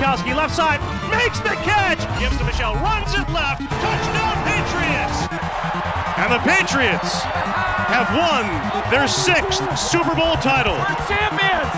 Gronkowski, left side, makes the catch! Gives to Michel, runs it left, touchdown Patriots! And the Patriots have won their 6th Super Bowl title. We're champions!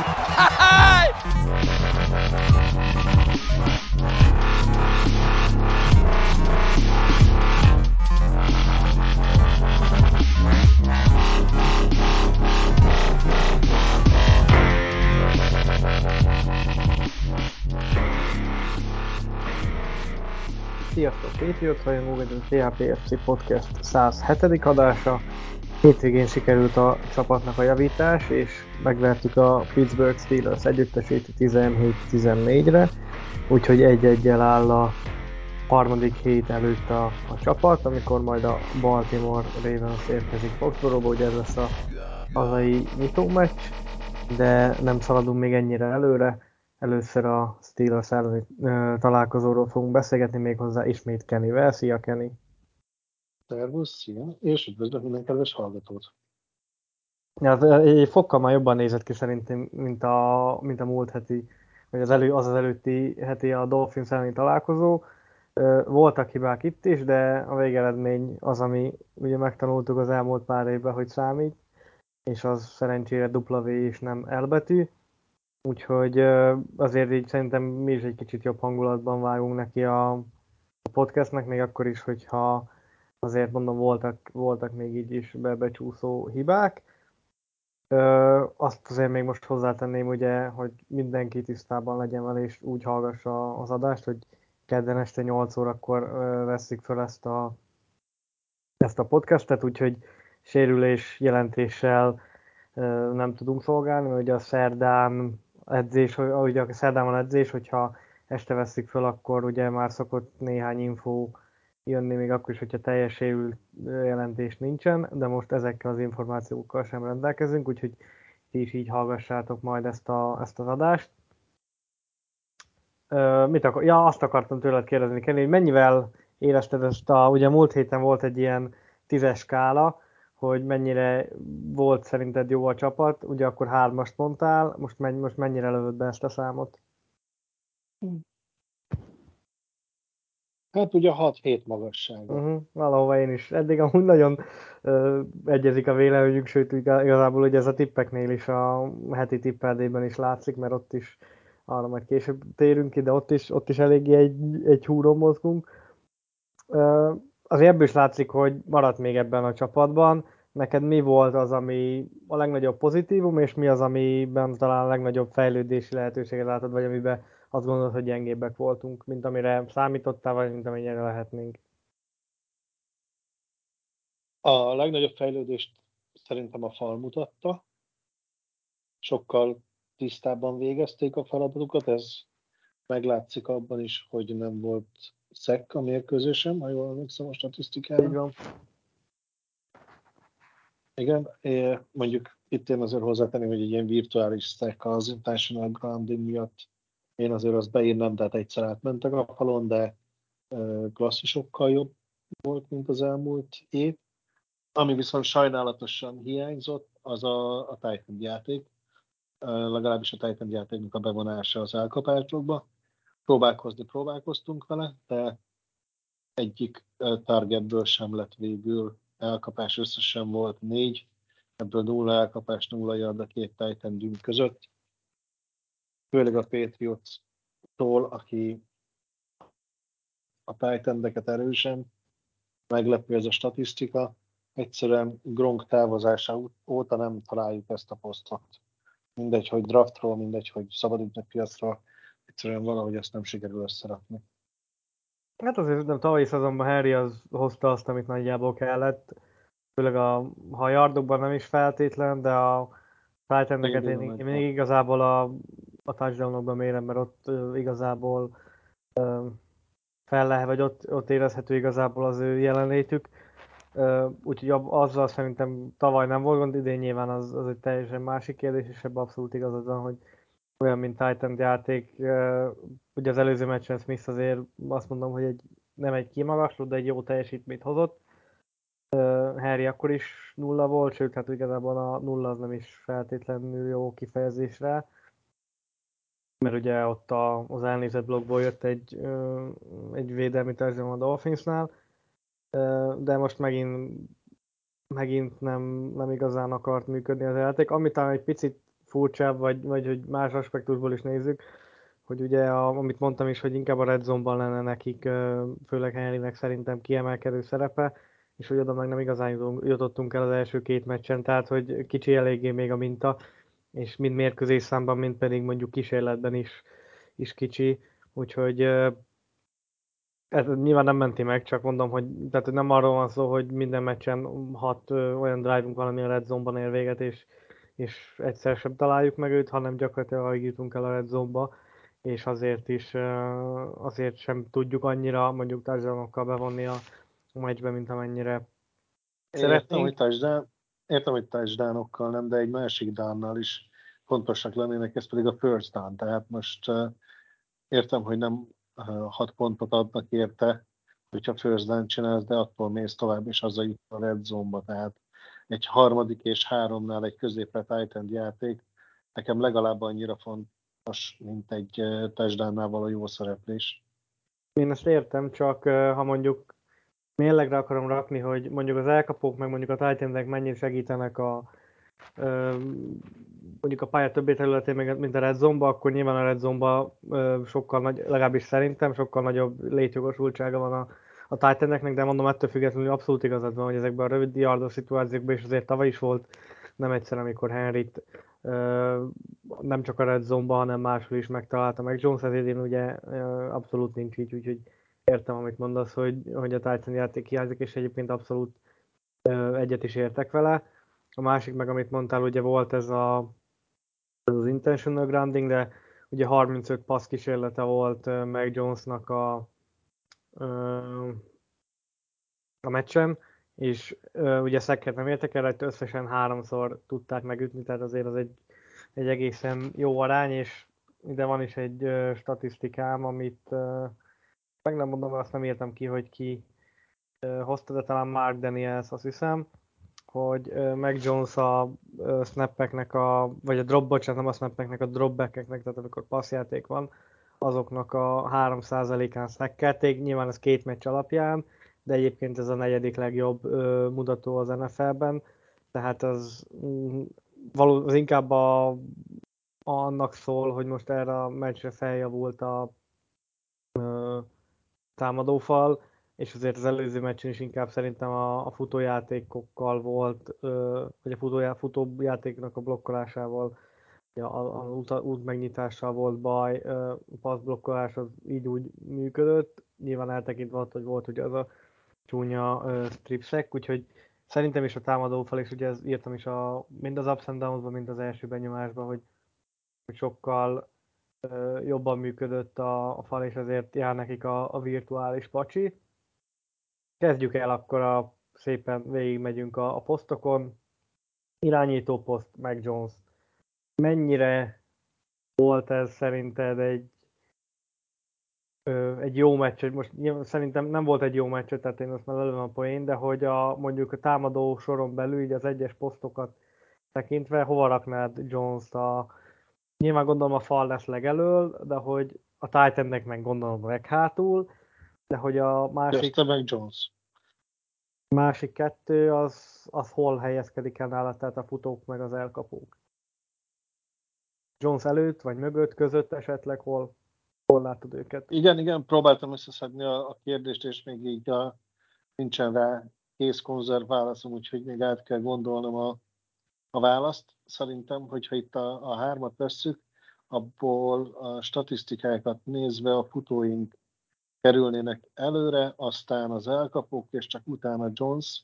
Sziasztok, Patriots rajongók, ez a THPFC Podcast 107. adása. Hétvégén sikerült a csapatnak a javítás, és megvertük a Pittsburgh Steelers együttesét 17-14-re, úgyhogy 1-1-jel áll a harmadik hét előtt a csapat, amikor majd a Baltimore Ravens érkezik Foxboroughba, ugye ez lesz a hazai nyitómeccs, de nem szaladunk még ennyire előre. Először a Steelers elleni találkozóról fogunk beszélgetni, méghozzá ismét Kennyvel. Szia, Kenny! Szervusz, szia! És üdvözlök minden kedves hallgatót! Ja, egy fokkal már jobban nézett ki szerintem, mint a múlt heti, vagy az előtti heti a Dolphins elleni találkozó. Voltak hibák itt is, de a végeredmény az, ami ugye megtanultuk az elmúlt pár évben, hogy számít, és az szerencsére W és nem L betű. Úgyhogy azért így szerintem mi is egy kicsit jobb hangulatban vágunk neki a podcastnek, még akkor is, hogyha azért mondom voltak még így is becsúszó hibák. Azt azért még most hozzátenném, ugye, hogy mindenki tisztában legyen vele, és úgy hallgassa az adást, hogy kedden este 8 órakor vesszük fel ezt a podcastet, úgyhogy sérülés jelentéssel nem tudunk szolgálni, mert ugye a szerdán van edzés, hogyha este veszik föl, akkor ugye már szokott néhány infó jönni, még akkor is, hogyha teljes sérült jelentés nincsen, de most ezekkel az információkkal sem rendelkezünk, úgyhogy ti is így hallgassátok majd ezt az adást. Azt akartam tőled kérdezni, Kenny, hogy mennyivel érezted ugye múlt héten volt egy ilyen 10-es skála, hogy mennyire volt szerinted jó a csapat, ugye akkor 3-ast mondtál, most mennyire lövöd be ezt a számot? Hát ugye 6-7 magassága. Valahova én is. Eddig amúgy nagyon egyezik a véleményünk, sőt igazából ugye ez a tippeknél is, a heti tippeldében is látszik, mert ott is arra majd később térünk ki, de ott is eléggé egy húron mozgunk. Azért ebből is látszik, hogy maradt még ebben a csapatban. Neked mi volt az, ami a legnagyobb pozitívum, és mi az, amiben talán a legnagyobb fejlődési lehetőséget látod, vagy amiben azt gondolod, hogy gyengébbek voltunk, mint amire számítottál, vagy mint amennyire lehetnénk? A legnagyobb fejlődést szerintem a fal mutatta. Sokkal tisztábban végezték a feladatukat, ez meglátszik abban is, hogy nem volt sack a mérkőzésen, ha jól emlékszem a statisztikára. Így van. Igen, mondjuk itt én azért hozzátenném, hogy egy ilyen virtuális stack az intentional grounding miatt én azért azt beírnám, tehát egyszer átmentek a falon, de klasszisokkal jobb volt, mint az elmúlt év. Ami viszont sajnálatosan hiányzott, az a Titan játék. Legalábbis a Titan játéknak a bevonása az elkapásokba. Próbálkoztunk vele, de egyik targetből sem lett végül elkapás, összesen volt 4, ebből 0 elkapás, 0 yard a két Titan dűm között. Főleg a Patriots-tól, aki a Titan-deket erősen meglepő ez a statisztika. Egyszerűen Gronk távozása óta nem találjuk ezt a posztot. Mindegy, hogy draftról, mindegy, hogy szabadügynök piacról, egyszerűen valahogy ezt nem sikerül összerakni. Hát azért nem tavalyi szezonban Harry az hozta azt, amit nagyjából kellett. Főleg ha a yardokban nem is feltétlen, de a tight-endeket én még igazából a touchdownokban mérem, mert ott igazából vagy ott érezhető igazából az ő jelenlétük. Úgyhogy azzal szerintem tavaly nem volt gond, idén nyilván az egy teljesen másik kérdés, és ebben abszolút igazad van, hogy olyan, mint Titan játék, ugye az előző meccsen Smith azért azt mondom, hogy nem egy kimagasló, de egy jó teljesítményt hozott. Harry akkor is 0 volt, sőt, hát igazából a 0 az nem is feltétlenül jó kifejezésre. mert ugye ott az elnézett blogból jött egy védelmi touchdown a Dolphinsnál, de most megint nem igazán akart működni az játék. Ami talán egy picit furcsább, vagy hogy más aspektusból is nézzük, hogy ugye, amit mondtam is, hogy inkább a red zone-ban lenne nekik, főleg Henrynek szerintem kiemelkedő szerepe, és hogy oda meg nem igazán jutottunk el az első két meccsen, tehát hogy kicsi eléggé még a minta, és mind mérkőzés számban, mind pedig mondjuk kísérletben is kicsi, úgyhogy ez nyilván nem menti meg, csak mondom, hogy tehát nem arról van szó, hogy minden meccsen 6 olyan drive-unk van, ami a red zone-ban ér véget, és egyszer sem találjuk meg őt, hanem gyakorlatilag alig jutunk el a red zone-ba, és azért sem tudjuk annyira mondjuk touchdownokkal bevonni a meccsbe, mint amennyire szeretnénk. Értem, hogy touchdownokkal nem, de egy másik downnal is fontosak lennének, ez pedig a first down. Tehát most értem, hogy nem 6 pontot adnak érte, hogyha first down csinálsz, de attól mész tovább, és azzal jut a red zone-ba. Tehát egy 3. és 3-nál egy középre tight end játék nekem legalább annyira fontos, mint egy touchdownnál való jó szereplés. Én ezt értem, csak ha mondjuk mérlegre akarom rakni, hogy mondjuk az elkapók, meg mondjuk a tight endek mennyire segítenek mondjuk a pálya többi területén, mint a red zone-ba, akkor nyilván a red zone-ba sokkal legalábbis szerintem sokkal nagyobb létjogosultsága van a tight endeknek, de mondom, ettől függetlenül abszolút igazad van, hogy ezekben a rövid yardos szituációkban, és azért tavaly is volt nem egyszer, amikor Henryt nem csak a red zone-ba, hanem máshol is megtalálta meg. Jones az idén ugye abszolút nincs így, úgyhogy értem, amit mondasz, hogy a Titan játék hiányzik, és egyébként abszolút egyet is értek vele. A másik meg, amit mondtál, ugye volt ez az intentional grounding, de ugye 35 passz kísérlete volt Mac Jonesnak a meccsen, és ugye szekket nem értek el, összesen 3-szor tudták megütni, tehát azért az egy egészen jó arány, és ide van is egy statisztikám, amit meg nem mondom, azt nem írtam ki, hogy ki hozta, de talán Mark Daniels, azt hiszem, hogy Mac Jones a snappeknek vagy a bocsánat, nem a snappeknek, a dropbackeknek, tehát amikor passzjáték van, azoknak a 3%-án snackelték, nyilván ez 2 meccs alapján, de egyébként ez a 4. legjobb mutató az NFL-ben, tehát az inkább annak szól, hogy most erre a meccsre feljavult a támadófal, és azért az előző meccsen is inkább szerintem a futójátékokkal volt, vagy a futójátéknak a blokkolásával, a út megnyitással volt baj, a passzblokkolás az így úgy működött, nyilván eltekintve attól, hogy volt ugye az a csúnya strip sack, úgyhogy szerintem is a támadófal, és ugye ezt írtam is mind az ups and downs-ban, mind az első benyomásban, hogy sokkal jobban működött a fal, és ezért jár nekik a virtuális pacsi. Kezdjük el akkor szépen végigmegyünk a posztokon. Irányító poszt, Mac Jones. Mennyire volt ez szerinted egy jó meccs? Most szerintem nem volt egy jó meccs, tehát én azt már lelőm a poén, de hogy mondjuk a támadó soron belül, így az egyes posztokat tekintve, hova raknád Jones-t nyilván gondolom a fal lesz legelől, de hogy a tight endnek meg gondolom leghátul, de hogy a másik kettő az hol helyezkedik el nála, tehát a futók meg az elkapók. Jones előtt, vagy mögött, között esetleg hol látod őket? Igen, próbáltam összeszedni a kérdést, és még így nincsen rá kész konzerv válaszom, úgyhogy még át kell gondolnom a választ. Szerintem, hogyha itt a 3-at vesszük, abból a statisztikákat nézve a futóink kerülnének előre, aztán az elkapók, és csak utána Jones.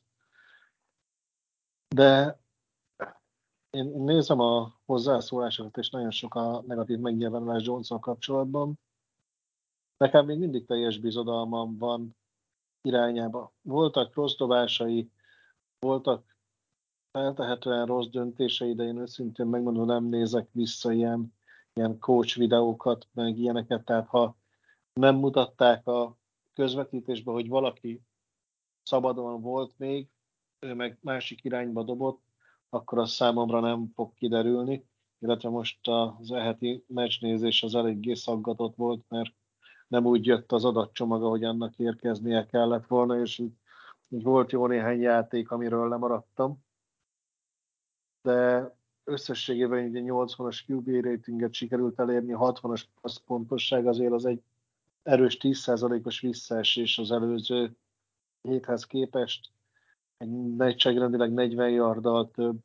De én nézem a hozzászólásokat, és nagyon sok a negatív megnyilvánulás Jones-szal kapcsolatban. Nekem még mindig teljes bizodalmam van irányába. Voltak rossz dobásai, voltak feltehetően rossz döntései, de én őszintén megmondom, nem nézek vissza ilyen coach videókat, meg ilyeneket, tehát ha nem mutatták a közvetítésbe, hogy valaki szabadon volt még, ő meg másik irányba dobott, akkor az számomra nem fog kiderülni. illetve most az eheti meccsnézés az eléggé szaggatott volt, mert nem úgy jött az adatcsomag, ahogy annak érkeznie kellett volna, és így volt jó néhány játék, amiről lemaradtam. De összességében egy 80-as QB ratinget sikerült elérni, 60-as pontosság azért az egy erős 10%-os visszaesés az előző héthez képest. Egy nagyságrendileg 40 yarddal több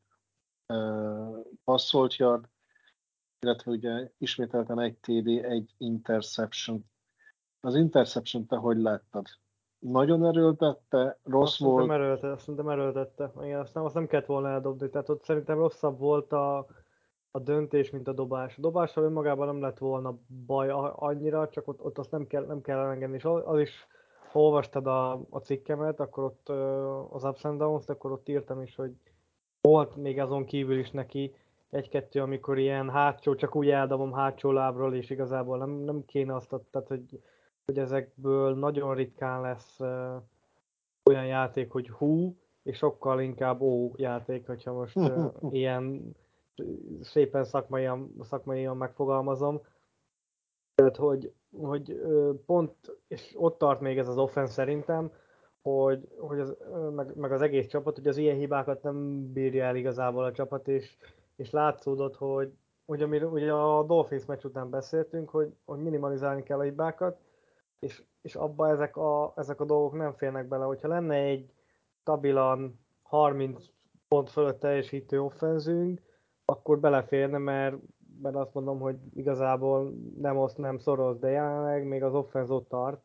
passzolt yard, illetve ugye ismételten egy TD, egy interception. Az interception te hogy láttad? Nagyon erőltette, rossz volt? Azt szerintem erőltette. Igen, azt nem kellett volna eldobni. Tehát ott szerintem rosszabb volt a döntés, mint a dobás. A dobással önmagában nem lett volna baj annyira, csak ott azt nem kell elengedni. És az is, ha olvastad a cikkemet, akkor ott az Ups and Downs, akkor ott írtam is, hogy volt még azon kívül is neki egy-kettő, amikor ilyen hátsó, csak úgy eldobom hátsó lábról, és igazából nem kéne azt, tehát hogy ezekből nagyon ritkán lesz olyan játék, hogy hú, és sokkal inkább ó játék, hogyha most ilyen szépen szakmaian megfogalmazom. Tehát, hogy pont, és ott tart még ez az offense szerintem, hogy meg az egész csapat, hogy az ilyen hibákat nem bírja el igazából a csapat, és látszódott, hogy amiről ugye a Dolphins meccs után beszéltünk, hogy minimalizálni kell a hibákat, és abba ezek a dolgok nem férnek bele. Hogyha lenne egy stabilan 30 pont fölött teljesítő offenzünk, akkor beleférne, mert azt mondom, hogy igazából nem szoros, de jelenleg még az offenz ott tart,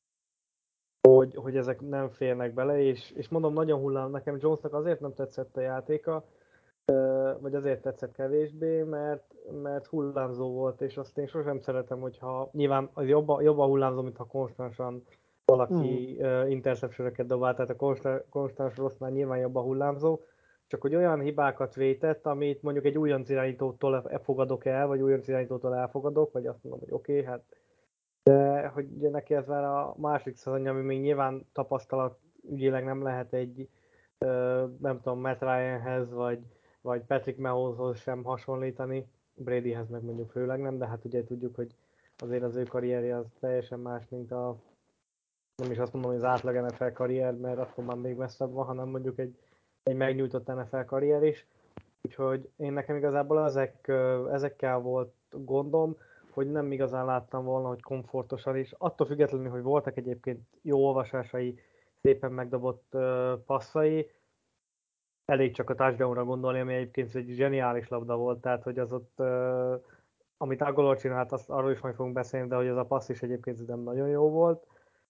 hogy ezek nem férnek bele, és mondom, nagyon hullám, nekem Jonesnak azért nem tetszett a játéka, vagy azért tetszett kevésbé, mert hullámzó volt, és azt én sosem szeretem, hogyha nyilván az jobban hullámzó, mintha konstansan valaki interceptionöket dobál, tehát a konstans rossznál nyilván jobban hullámzó, csak hogy olyan hibákat vétett, amit mondjuk egy újonc irányítótól fogadok el, vagy újonc irányítótól elfogadok, vagy azt mondom, hogy oké, hát de hogy ugye neki ez már a másik szezonja, ami még nyilván tapasztalat ügyileg nem lehet egy nem tudom, Matt Ryanhez, vagy Patrick Mahomeshoz sem hasonlítani, Bradyhez meg mondjuk főleg nem, de hát ugye tudjuk, hogy azért az ő karrierje az teljesen más, mint nem is azt mondom, hogy az átlag NFL karrier, mert akkor már még messzebb van, hanem mondjuk egy megnyújtott NFL karrier is. Úgyhogy én nekem igazából ezekkel volt gondom, hogy nem igazán láttam volna, hogy komfortosan is. Attól függetlenül, hogy voltak egyébként jó olvasásai, szépen megdobott passzai, elég csak a touchdownra gondolni, ami egyébként egy zseniális labda volt, tehát hogy az ott, amit Agolor csinált, arról is majd fogunk beszélni, de hogy az a passz is egyébként nem nagyon jó volt.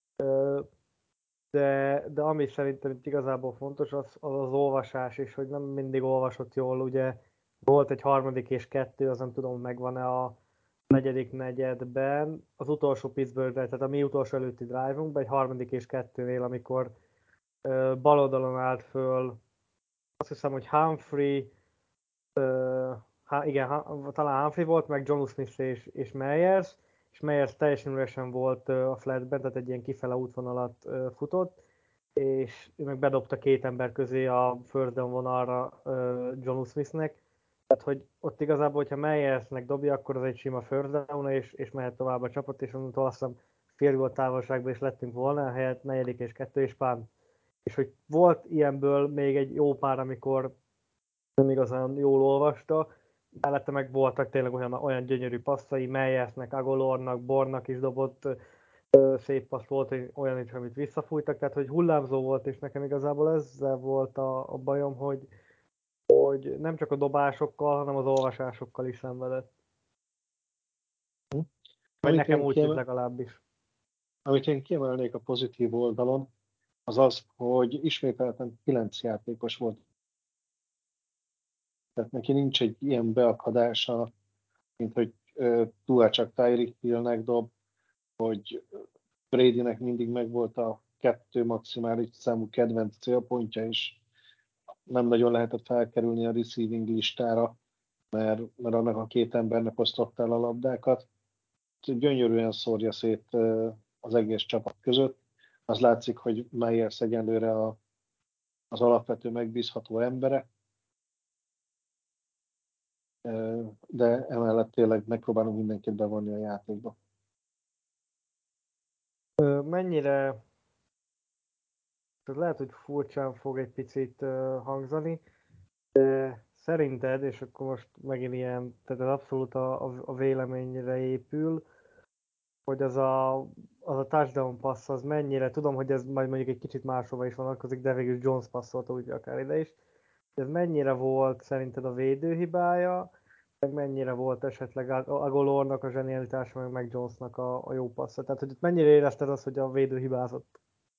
De ami szerintem itt igazából fontos, az olvasás, és hogy nem mindig olvasott jól, ugye volt egy 3. és 2, az nem tudom, megvan-e a 4. negyedben, az utolsó Pittsburgh, tehát a mi utolsó előtti drive-unkban, egy 3. és 2-nél, amikor bal oldalon állt föl, azt hiszem, hogy Humphrey, igen, talán Humphrey volt, meg John Smith és Meyers teljesen üresen volt a flatben, tehát egy ilyen kifele útvonalat futott, és ő meg bedobta két ember közé a first down vonalra John Smithnek, tehát hogy ott igazából, hogyha Meyersnek dobja, akkor az egy sima first down, és mehet tovább a csapat, és onnantól azt hiszem fél gól távolságban is lettünk volna, helyett 4. és 2 és pán. És hogy volt ilyenből még egy jó pár, amikor nem igazán jól olvasta, mellette meg voltak tényleg olyan gyönyörű passzai, Meyersnek, Agolornak, Bornak is dobott szép passz volt, olyan is, amit visszafújtak, tehát hogy hullámzó volt, és nekem igazából ezzel volt a bajom, hogy nem csak a dobásokkal, hanem az olvasásokkal is szenvedett. Vagy nekem úgy tűnt legalábbis. Amit én kiemelnék a pozitív oldalon, az az, hogy ismételten 9 játékos volt. Tehát neki nincs egy ilyen beakadása, mint hogy Tua csak Tyreek Hillnek dob, hogy Bradynek mindig megvolt a 2 maximális számú kedvenc célpontja, és nem nagyon lehetett felkerülni a receiving listára, mert annak a 2 embernek osztotta el a labdákat. Gyönyörűen szórja szét az egész csapat között. Az látszik, hogy Meyers egyenlőre az alapvető megbízható embere. de emellett tényleg megpróbálunk mindenkit bevonni a játékba. Mennyire, lehet, hogy furcsán fog egy picit hangzani, de szerinted, és akkor most megint ilyen, tehát ez abszolút a véleményre épül, hogy az a touchdown passz az mennyire, tudom, hogy ez majd mondjuk egy kicsit máshova is vonatkozik, de végül Jones passzolta úgy akár ide is. Ez mennyire volt szerinted a védő hibája, meg mennyire volt esetleg Agolornak a zsenialitása, meg Jonesnak a jó passza? Tehát, hogy itt mennyire érezted azt, hogy a védő hibázott?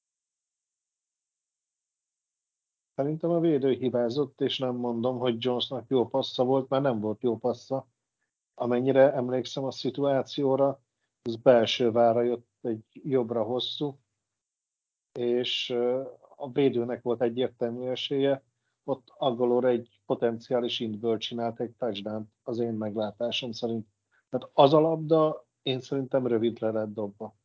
Szerintem a védő hibázott, és nem mondom, hogy Jonesnak jó passza volt, mert nem volt jó passza. Amennyire emlékszem a szituációra, az belső vára jött egy jobbra hosszú, és a védőnek volt egyértelmű esélye. Ott Agolor egy potenciális intből csinált egy touchdown az én meglátásom szerint. Tehát az a labda én szerintem rövidre lett dobva.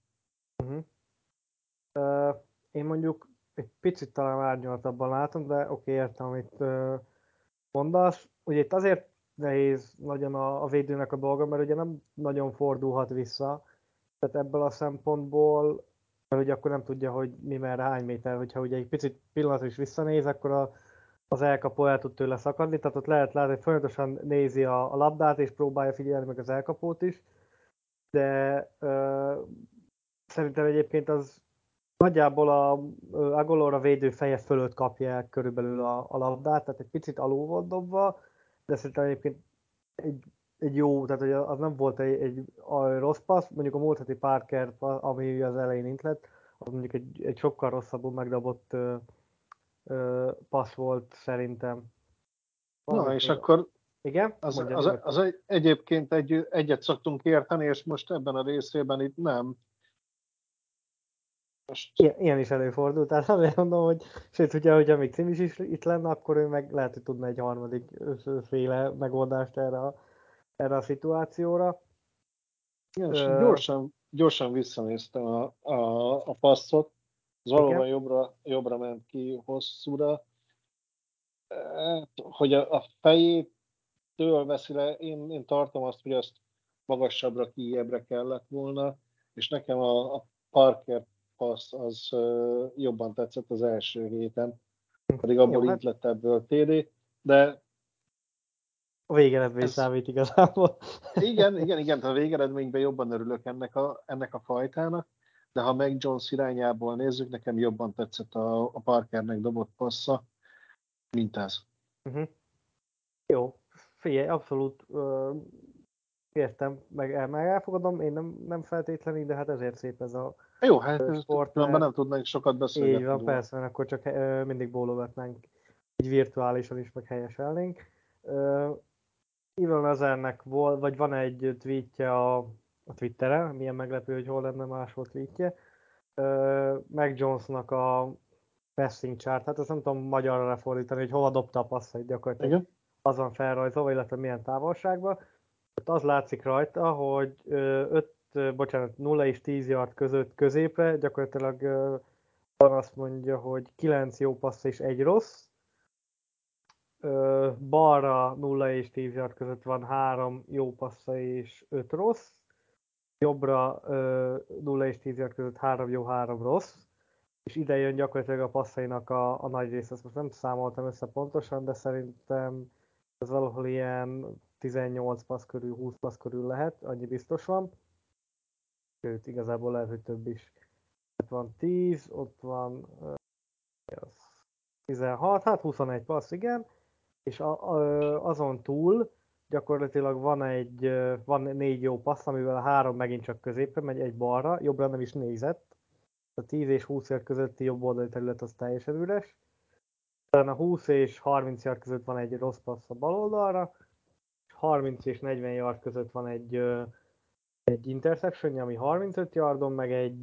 Én mondjuk egy picit talán árnyaltabban látom, de oké, értem, amit mondasz. Ugye itt azért nehéz nagyon a védőnek a dolga, mert ugye nem nagyon fordulhat vissza. Tehát ebből a szempontból, mert ugye akkor nem tudja, hogy mi merre, hány méter, hogyha ugye egy picit pillanatra is visszanéz, akkor az elkapó el tud tőle szakadni, tehát ott lehet látni, hogy folyamatosan nézi a labdát, és próbálja figyelni meg az elkapót is, de szerintem egyébként az nagyjából a Agolor a védő feje fölött kapja el körülbelül a labdát, tehát egy picit alul volt dobva, de szerintem egyébként egy jó, tehát hogy az nem volt egy rossz passz, mondjuk a múlt heti Parker, ami az elején itt lett, az mondjuk egy sokkal rosszabbul megdobott passz volt szerintem. Na, és akkor igen? egyébként egyet szoktunk érteni, és most ebben a részében itt nem. Most... Ilyen is előfordult, tehát azért mondom, hogy sőt, hogyha még Cím is itt lenne, akkor ő meg lehet, hogy tudna egy harmadik féle megoldást erre a szituációra. Igen, és gyorsan visszanéztem a passzot, az valóban jobbra ment ki hosszúra. Hogy a fejétől veszi le, én tartom azt, hogy azt magasabbra, kijebbre kellett volna, és nekem a Parker passz az jobban tetszett az első héten, pedig abból így lett ebből TD, de a végeredmény számít igazából. Igen, a végeredményben jobban örülök ennek a fajtának, de ha meg Jones irányából nézzük, nekem jobban tetszett a Parkernek dobott passza, mint ez. Jó, figyelj, abszolút értem, meg elfogadom, én nem feltétlenül, de hát ezért szép ez a jó, hát sport. Különben nem tudnánk sokat beszélgetni. Így van, persze, mert akkor csak mindig bólogatnánk, így virtuálisan is, meg helyeselnénk. Elon Musknek vagy van egy tweetje a Twitteren, milyen meglepő, hogy hol lenne máshol tweetje, Mac Jonesnak a passing chart, hát azt nem tudom magyarra lefordítani, hogy hova dobta a passzait gyakorlatilag. Igen. Az van felrajzolva, illetve milyen távolságban. Ott az látszik rajta, hogy 0 és 10 yard között középre gyakorlatilag van azt mondja, hogy 9 jó passz és 1 rossz. Balra 0 és 10 yard között van 3 jó passza és 5 rossz. Jobbra 0 és 10 yard között 3 jó, 3 rossz. És ide jön gyakorlatilag a passzainak a nagy része. Ezt most nem számoltam össze pontosan, de szerintem ez valahol ilyen 18 passz körül, 20 passz körül lehet, annyi biztos van. Sőt, igazából lehet, hogy több is. Ott van 10, ott van 16, hát 21 passz, igen. És azon túl gyakorlatilag van 4 jó passz, amivel a 3 megint csak középre megy, egy balra, jobbra nem is nézett. A 10 és 20 yard közötti jobb oldali terület az teljesen üres. Talán a 20 és 30 yard között van egy rossz passz a bal oldalra, és 30 és 40 yard között van egy interception, ami 35 yardon,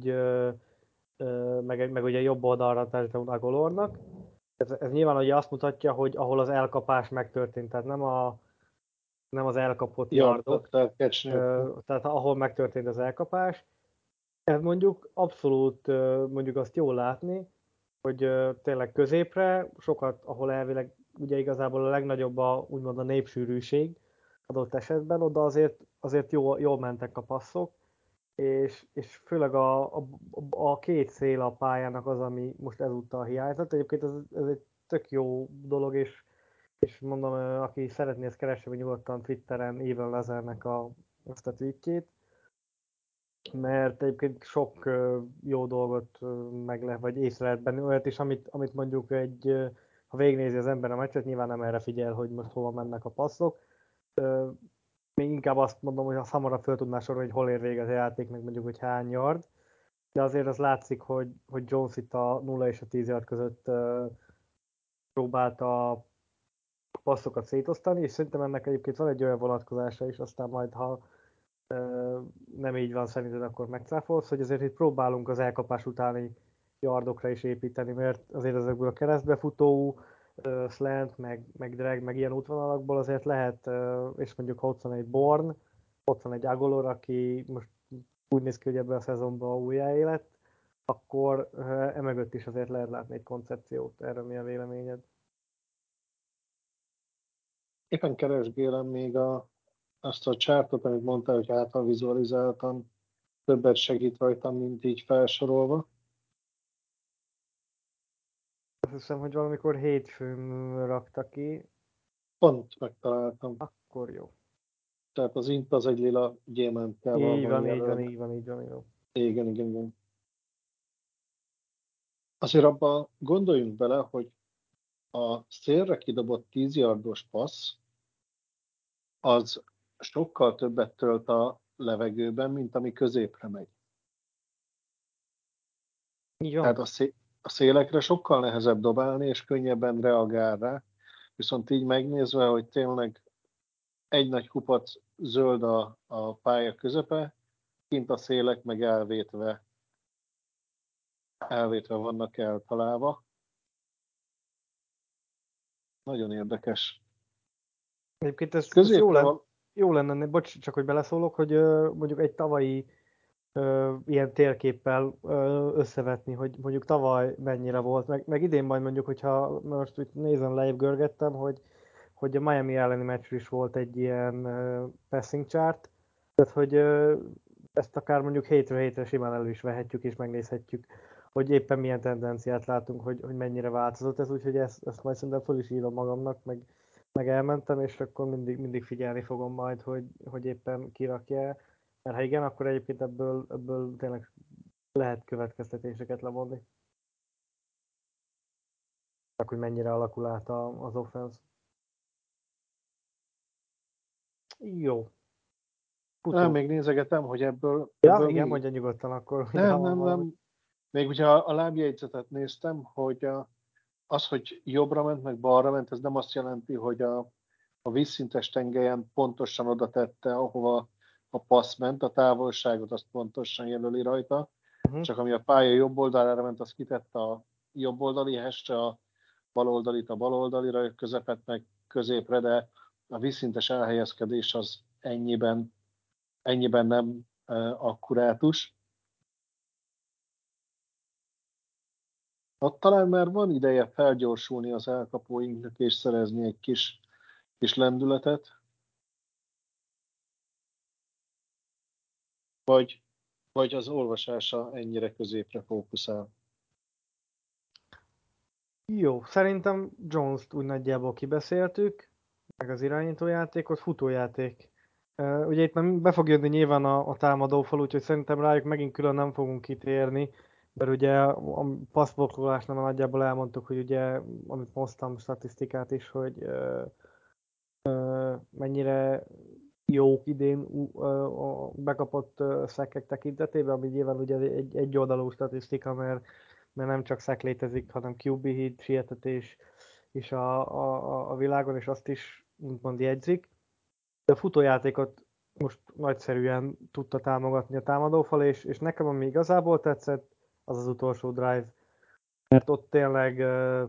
meg ugye jobb oldalra touchdown Agolornak. Ez nyilván ugye azt mutatja, hogy ahol az elkapás megtörtént, tehát nem az elkapott yardok, tehát ahol megtörtént az elkapás. Ez mondjuk abszolút mondjuk azt jól látni, hogy tényleg középre, sokat, ahol elvileg ugye igazából a legnagyobb úgymond a népsűrűség, adott esetben, oda azért jól mentek a passzok, és főleg a két szél a pályának az, ami most ezúttal hiányzott. Egyébként ez egy tök jó dolog, és mondom, aki szeretné ezt keresni, hogy nyugodtan Twitteren Even Lazernek azt a tweetjét, mert egyébként sok jó dolgot meg lehet, vagy észre lehet benne, olyat is, amit mondjuk ha végignézi az ember a meccset, nyilván nem erre figyel, hogy most hova mennek a passzok. Még inkább azt mondom, hogy azt hamarabb föl tudná sorolni, hogy hol ér véget a játék, meg mondjuk, hogy hány yard. De azért az látszik, hogy Jones itt a 0 és a 10 yard között próbálta a passzokat szétosztani, és szerintem ennek egyébként van egy olyan vonatkozása is, aztán majd, ha nem így van szerinted, akkor megcáfolsz, hogy azért itt próbálunk az elkapás utáni yardokra is építeni, mert azért ezekből a keresztbefutó, slant, meg drag, meg ilyen útvonalakból azért lehet, és mondjuk ha ott van egy Born, ott van egy Agolor, aki most úgy néz ki, hogy ebben a szezonban újjáélet, akkor emögött is azért lehet látni egy koncepciót. Erről mi a véleményed? Éppen keresgélem még azt a chartot, amit mondtál, hogy által vizualizáltam, többet segít rajtam, mint így felsorolva. Azt hiszem, hogy valamikor hétfőn rakta ki. Pont megtaláltam. Akkor jó. Tehát az int az egy lila gyémántjával Így van van, így van, jelölve. így van, így van, így van. Igen. Azért abba gondoljunk bele, hogy a szélre kidobott 10 yardos passz az sokkal többet tölt a levegőben, mint ami középre megy. Így van. Tehát a szélekre sokkal nehezebb dobálni, és könnyebben reagál rá. Viszont így megnézve, hogy tényleg egy nagy kupac zöld a pálya közepe, kint a szélek meg elvétve vannak eltalálva. Nagyon érdekes. Egyébként ez Középre jó lenne, bocs, csak hogy beleszólok, hogy mondjuk egy tavalyi ilyen térképpel összevetni, hogy mondjuk tavaly mennyire volt, meg idén majd mondjuk, hogyha most itt nézem, lejjebb görgettem, hogy a Miami elleni meccsről is volt egy ilyen passing chart, tehát hogy ezt akár mondjuk hétről hétre simán elő is vehetjük és megnézhetjük, hogy éppen milyen tendenciát látunk, hogy mennyire változott ez, úgyhogy ezt majd szerintem föl is írom magamnak, meg elmentem, és akkor mindig figyelni fogom majd, hogy éppen kirakja. Mert ha igen, akkor egyébként ebből tényleg lehet következtetéseket levonni. Csak hogy mennyire alakul át az offense. Jó. nem, még nézegetem, hogy Ja, ebből igen, mi? mondja nyugodtan akkor. Nem. Még ugye a lábjegyzetet néztem, hogy az, hogy jobbra ment, meg balra ment, ez nem azt jelenti, hogy a vízszintes tengelyen pontosan oda tette, ahova a passz ment, a távolságot azt pontosan jelöli rajta, csak ami a pálya jobb oldalára ment, az kitette a jobb oldali hestre, a bal oldalit a bal oldalira, a közepet meg középre, de a vízszintes elhelyezkedés az ennyiben nem akkurátus. Ott talán már van ideje felgyorsulni az elkapóinknak és szerezni egy kis lendületet. Vagy az olvasása ennyire középre fókuszál. Jó, szerintem Jones-t úgy nagyjából kibeszéltük, meg az irányítójátékot, futójáték. Ugye itt már be fog jönni nyilván a támadófal, úgyhogy szerintem rájuk megint külön nem fogunk kitérni, mert ugye a passzblokkolásnál már nagyjából elmondtuk, hogy ugye, amit hoztam statisztikát is, hogy mennyire jók idén a bekapott szekkek tekintetében, ami nyilván ugye egy oldalú statisztika, mert nem csak szek létezik, hanem QB hit, sietetés is a világon, és azt is úgymond jegyzik. De a futójátékot most nagyszerűen tudta támogatni a támadófal, és nekem ami igazából tetszett, az az utolsó drive. Mert ott tényleg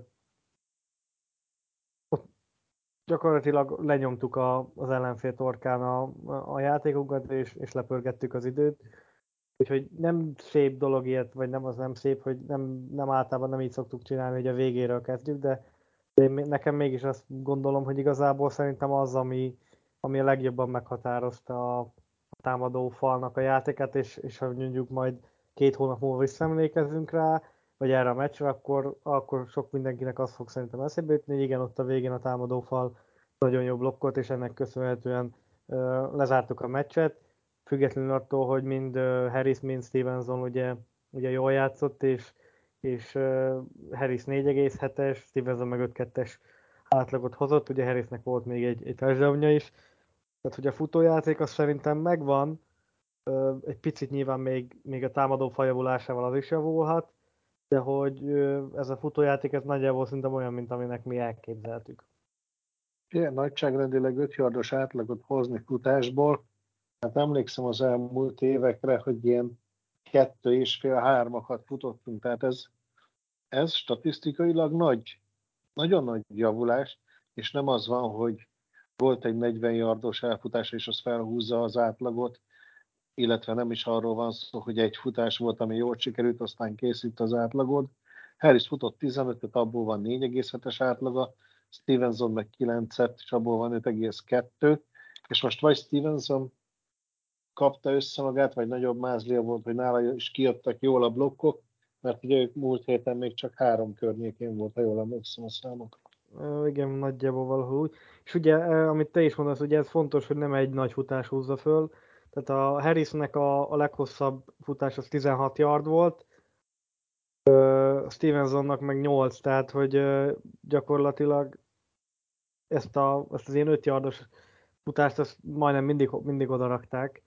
gyakorlatilag lenyomtuk az ellenfél torkán a játékunkat, és lepörgettük az időt. Úgyhogy nem szép dolog ilyet, vagy nem az nem szép, hogy nem általában nem így szoktuk csinálni, hogy a végéről kezdjük, de nekem mégis azt gondolom, hogy igazából szerintem az, ami ami a legjobban meghatározta a támadó falnak a játékát, és ha mondjuk majd 2 hónap múlva visszaemlékezzünk rá, vagy erre a meccsre, akkor sok mindenkinek az fog szerintem eszébe jutni, hogy igen, ott a végén a támadó fal nagyon jó blokkolt, és ennek köszönhetően lezártuk a meccset, függetlenül attól, hogy mind Harris, mind Stevenson ugye jól játszott, és Harris 4,7-es, Stevenson meg 5,2-es átlagot hozott, ugye Harrisnek volt még egy touchdownja is, tehát hogy a futójáték az szerintem megvan, egy picit nyilván még a támadó javulásával az is javulhat, de hogy ez a futójáték ez nagyjából szerintem olyan, mint aminek mi elképzeltük. Ilyen nagyságrendileg 5 yardos átlagot hozni futásból, hát emlékszem az elmúlt évekre, hogy ilyen 2,5-3-akat futottunk, tehát ez statisztikailag nagyon nagy javulás, és nem az van, hogy volt egy 40 yardos elfutás, és az felhúzza az átlagot, illetve nem is arról van szó, hogy egy futás volt, ami jól sikerült, aztán készít az átlagod. Harris futott 15-öt, abból van 4,7-es átlaga, Stevenson meg 9-et, és abból van 5,2, és most vagy Stevenson kapta össze magát, vagy nagyobb mázlia volt, hogy nála is kijöttek jól a blokkok, mert ugye ők múlt héten még csak 3 környékén volt, ha jól emlékszem a számok. Igen, nagyjából valahogy. És ugye, amit te is mondasz, ugye ez fontos, hogy nem egy nagy futás húzza föl. Tehát a Harrisnek a leghosszabb futás az 16 yard volt, Stevensonnak meg 8, tehát hogy gyakorlatilag ezt az ilyen 5 yardos futást azt majdnem mindig oda rakták.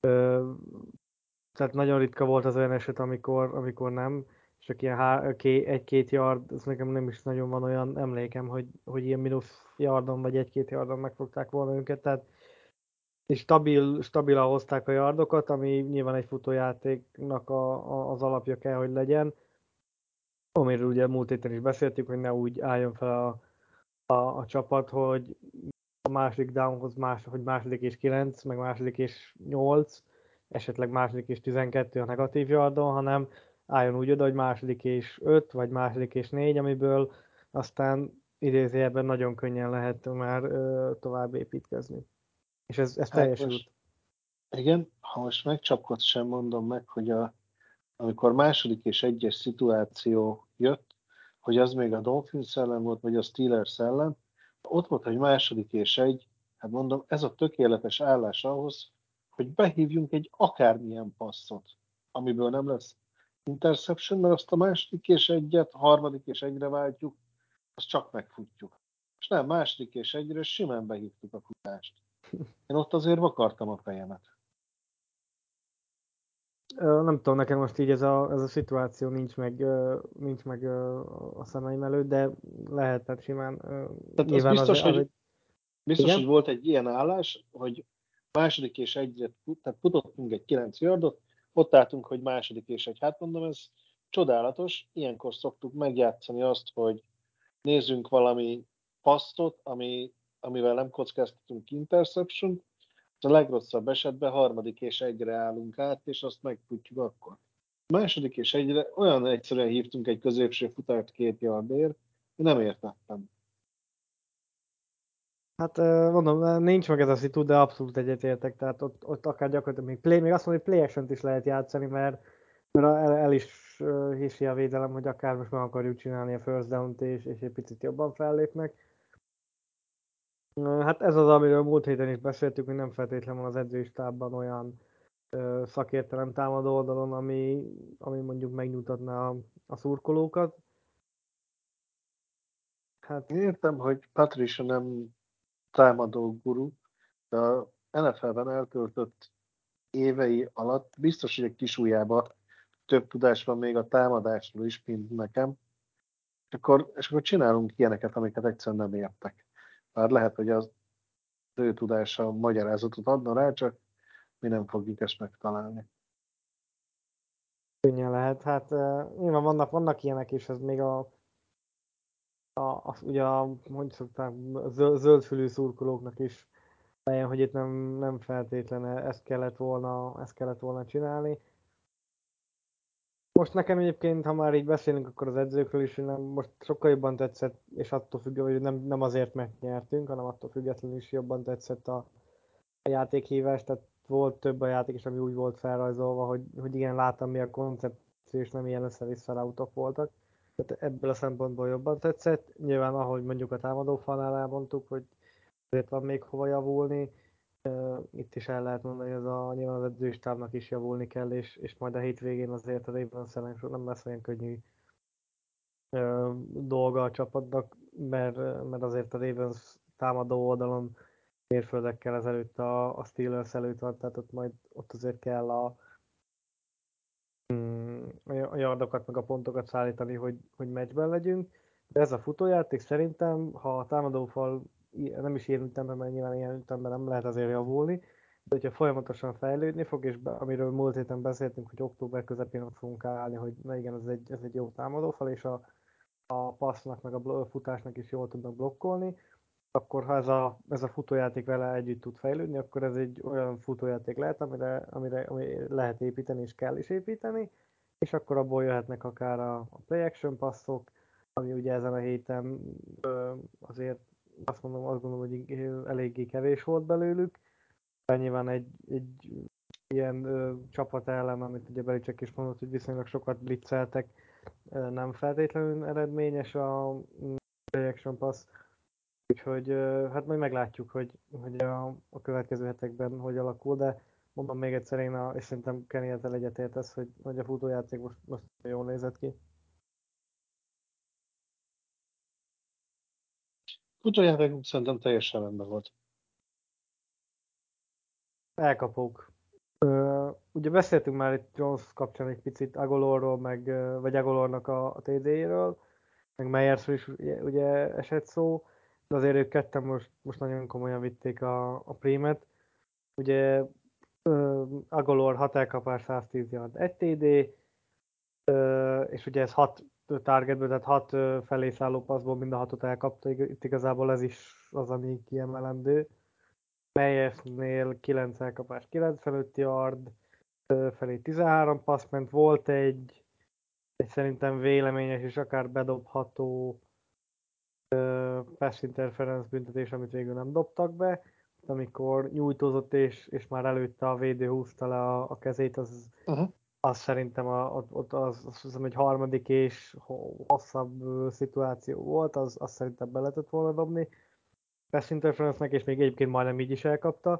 Tehát nagyon ritka volt az olyan eset, amikor nem, csak ilyen 1-2 yard, ez nekem nem is nagyon van olyan emlékem, hogy ilyen mínusz yardon vagy 1-2 yardon megfogták volna őket, tehát és stabilan hozták a yardokat, ami nyilván egy futójátéknak az alapja kell, hogy legyen. Amiről ugye múlt héten is beszéltük, hogy ne úgy álljon fel a csapat, hogy a második downhoz hogy második és 9, meg második és 8, esetleg második és 12 a negatív yardon, hanem álljon úgy oda, hogy második és 5, vagy második és 4, amiből aztán idézőjelben nagyon könnyen lehet már tovább építkezni. És ez Hát teljesült. most, igen, ha most megcsapkodsz, sem mondom meg, hogy amikor második és 1-es szituáció jött, hogy az még a Dolphins ellen volt, vagy a Steelers ellen, ott volt, hogy második és 1, hát mondom, ez a tökéletes állás ahhoz, hogy behívjunk egy akármilyen passzot, amiből nem lesz interception, mert azt a második és 1-et, harmadik és 1-re váltjuk, azt csak megfutjuk. És nem, második és 1-re simán behívtuk a futást. Én ott azért vakartam a fejemet. Nem tudom, nekem most így ez a szituáció nincs meg a szemeim előtt, de lehet, tehát simán. Tehát az Nyilván biztos, az egy... biztos, hogy Igen? volt egy ilyen állás, hogy második és 1-re, tehát futottunk egy 9 yardot, ott álltunk, hogy második és 1. Hát mondom, ez csodálatos. Ilyenkor szoktuk megjátszani azt, hogy nézzünk valami passzot, amivel nem kockáztatunk interception, a legrosszabb esetben harmadik és 1-re állunk át, és azt megfutjuk akkor. A második és 1-re olyan egyszerűen hívtunk egy középső futást 2 yardért, hogy nem értettem. Hát mondom, nincs meg ez a szitu, de abszolút egyetértek, tehát ott akár gyakorlatilag még azt mondom, hogy play action-t is lehet játszani, mert el is hiszi a védelem, hogy akár most meg akarjuk csinálni a first down-t, és egy picit jobban fellépnek. Hát ez az, amiről múlt héten is beszéltük, hogy nem feltétlenül van az edzőstábban olyan szakértelem támadó oldalon, ami mondjuk megnyugtatná a szurkolókat. Hát Értem, hogy Patricia nem támadó guru, de a NFL-ben eltöltött évei alatt biztos, hogy egy kis ujjába több tudás van még a támadásról is, mint nekem. És akkor csinálunk ilyeneket, amiket egyszerűen nem értek. Bár lehet, hogy az ő tudása magyarázatot adna rá, csak mi nem fogjuk ezt megtalálni. könnyen lehet. Hát nyilván vannak ilyenek is, ez még ugye hogy szokták, zöldfülű szurkolóknak is lejön, hogy itt nem feltétlenül ezt kellett volna csinálni. Most nekem egyébként, ha már így beszélünk, akkor az edzőkről is, nem, most sokkal jobban tetszett, és attól függően, hogy nem azért, mert nyertünk, hanem attól függetlenül is jobban tetszett a játékhívás, tehát volt több a játék is, ami úgy volt felrajzolva, hogy igen, láttam mi a koncepció, és nem ilyen össze-vissza autók voltak. Tehát ebből a szempontból jobban tetszett. Nyilván, ahogy mondjuk a támadófalnál elmondtuk, hogy azért van még hova javulni. Itt is el lehet mondani, hogy nyilván az edzőstábnak is javulni kell, és majd a hétvégén azért a Ravens ellen nem lesz olyan könnyű dolga a csapatnak, mert azért a Ravens támadó oldalon mérföldekkel ezelőtt a Steelers előtt van, tehát ott azért kell a yardokat meg a pontokat szállítani, hogy meccsben legyünk. De ez a futójáték szerintem, ha a támadófal nem is ilyen ütemben, mert nyilván ilyen ütemben nem lehet azért javulni, de hogyha folyamatosan fejlődni fog, és amiről múlt héten beszéltünk, hogy október közepén ott fogunk állni, hogy na igen, ez egy jó támadófal, és a passznak meg a futásnak is jól tudnak blokkolni, akkor ha ez a futójáték vele együtt tud fejlődni, akkor ez egy olyan futójáték lehet, amire lehet építeni és kell is építeni, és akkor abból jöhetnek akár a play action passzok, ami ugye ezen a héten azért azt gondolom, hogy eléggé kevés volt belőlük, de nyilván egy ilyen csapat ellen, amit ugye Belichick is mondott, hogy viszonylag sokat blitzeltek, nem feltétlenül eredményes a play action pass, úgyhogy hát majd meglátjuk, hogy a következő hetekben hogy alakul, de mondom még egyszer, és szerintem Kenny ezzel egyetértesz, hogy a futójáték most jól nézett ki. Futójátékunk szerintem teljesen rendben volt. Elkapók. Ugye beszéltünk már itt Jones kapcsán egy picit Agolorról, vagy Agolornak a TD-ről, meg Meyersről is ugye esett szó, de azért ők ketten most nagyon komolyan vitték a prémet. Ugye Agolor 6 elkapás, 110 yard, 1 TD, és ugye ez 6 targetből, tehát 6 felé szálló passzból mind a 6-ot elkapta, itt igazából ez is az, ami kiemelendő. Meyersnél 9 elkapás, 95 yard, felé 13 passz ment, volt egy szerintem véleményes és akár bedobható pass interference büntetés, amit végül nem dobtak be, amikor nyújtózott és már előtte a védő húzta le a kezét, az szerintem ott az hiszem, egy harmadik és hosszabb szituáció volt, az szerintem be lehetett volna dobni pass interference-nek, és még egyébként majdnem így is elkapta,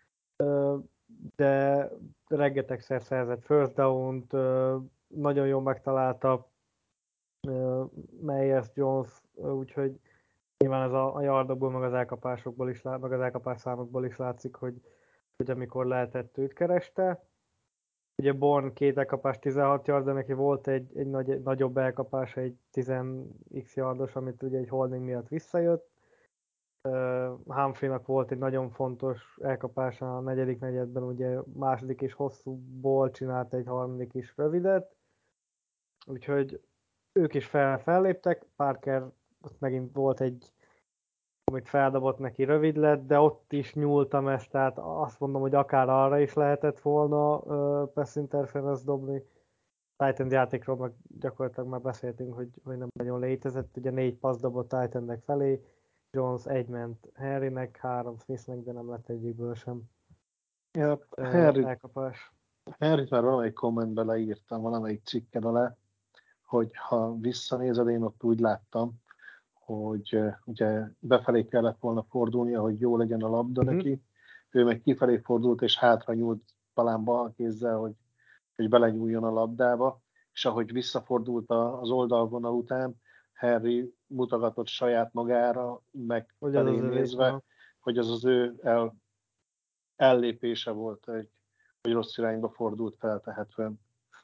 de rengetegszer szerzett first down-t, nagyon jól megtalálta Meyers, Jones, úgyhogy nyilván ez a yardokból, meg az elkapásokból is, meg az elkapás számokból is látszik, hogy amikor lehetett, őt kereste. Ugye Born 2 elkapás 16 yard, de neki volt egy nagyobb elkapása, egy 10x yardos, amit ugye egy holding miatt visszajött. Humphreynak volt egy nagyon fontos elkapása a negyedik negyedben, ugye második is hosszúból csinált egy harmadik is rövidet. Úgyhogy ők is felléptek, Parker ott megint volt egy, amit feldobott neki, rövid lett, de ott is nyúltam ezt, tehát azt mondom, hogy akár arra is lehetett volna pass interference dobni. Titan játékról meg gyakorlatilag már beszéltünk, hogy nem nagyon létezett, ugye 4 passz dobott Titannek felé, Jones 1 ment Henrynek, 3 Smithnek, de nem lett egyikből sem Ja, elkapás. Henryt már valamelyik kommentben leírtam, valamelyik cikken alá, hogy ha visszanézed, én ott úgy láttam, hogy ugye befelé kellett volna fordulnia, hogy jó legyen a labda neki, ő meg kifelé fordult, és hátra nyúlt talán bal kézzel, hogy belenyúljon a labdába, és ahogy visszafordult az oldalvonal után, Henry mutogatott saját magára, meg felé nézve, hogy az ő ellépése volt, hogy rossz irányba fordult feltehetően.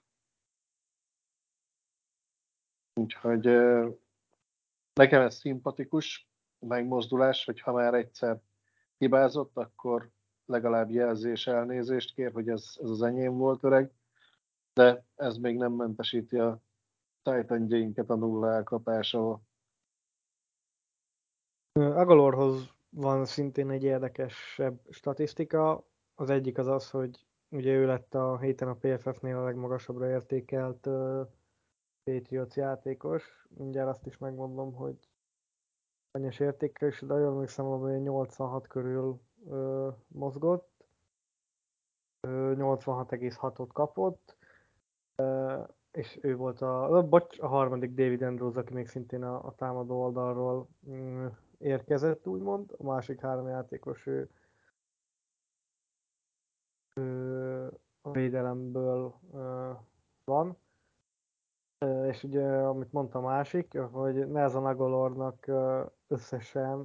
Úgyhogy nekem ez szimpatikus megmozdulás, hogy ha már egyszer hibázott, akkor legalább jelzés, elnézést kér, hogy ez az enyém volt, öreg, de ez még nem mentesíti a Titan-gyénket a nulla elkapásával. Agolorhoz van szintén egy érdekesebb statisztika. Az egyik az, hogy ugye ő lett a héten a PFF-nél a legmagasabbra értékelt Patriots játékos. Mindjárt azt is megmondom, hogy annyias értékkel is, de jól emlékszem, hogy 86 körül mozgott. 86,6-ot kapott, és ő volt a harmadik David Andrews, aki még szintén a támadó oldalról érkezett, úgymond. A másik három játékos ő a védelemből van. És ugye, amit mondtam másik, hogy Nelson Agholornak összesen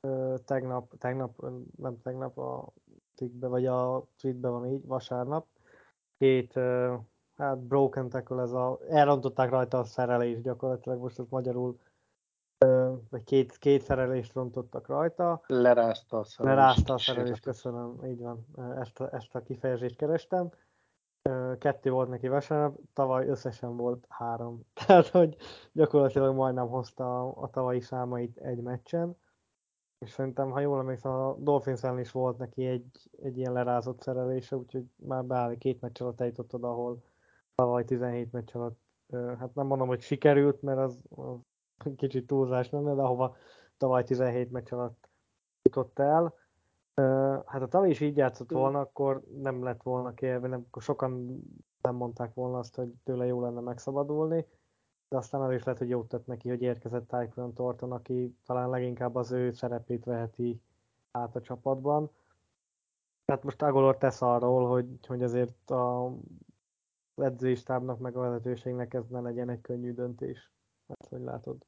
nem tegnap a cikkben, vagy a tweetben van így, vasárnap, két hát broken tackle, elrontották rajta a szerelést gyakorlatilag, most ez magyarul, vagy két szerelést rontottak rajta. Lerázta a szerelést, köszönöm, így van, ezt a kifejezést kerestem. 2 volt neki vasárnap, tavaly összesen volt 3. Tehát, hogy gyakorlatilag majdnem hozta a tavalyi számait egy meccsen. És szerintem, ha jól emlékszem, a Dolphins ellen is volt neki egy ilyen lerázott szerelése, úgyhogy már beáll 2 meccs alatt eljutott oda, ahol tavaly 17 meccs alatt, hát nem mondom, hogy sikerült, mert az kicsit túlzás lenne, de ahova tavaly 17 meccs alatt jutott el. Hát ha tavaly is így játszott volna, akkor nem lett volna kérve, akkor sokan nem mondták volna azt, hogy tőle jó lenne megszabadulni, de aztán az is lehet, hogy jót tett neki, hogy érkezett Tyquan Thornton, aki talán leginkább az ő szerepét veheti át a csapatban. Hát most Agholor tesz arról, hogy azért az edzői stábnak meg a vezetőségnek ez ne legyen egy könnyű döntés. Hát, hogy látod?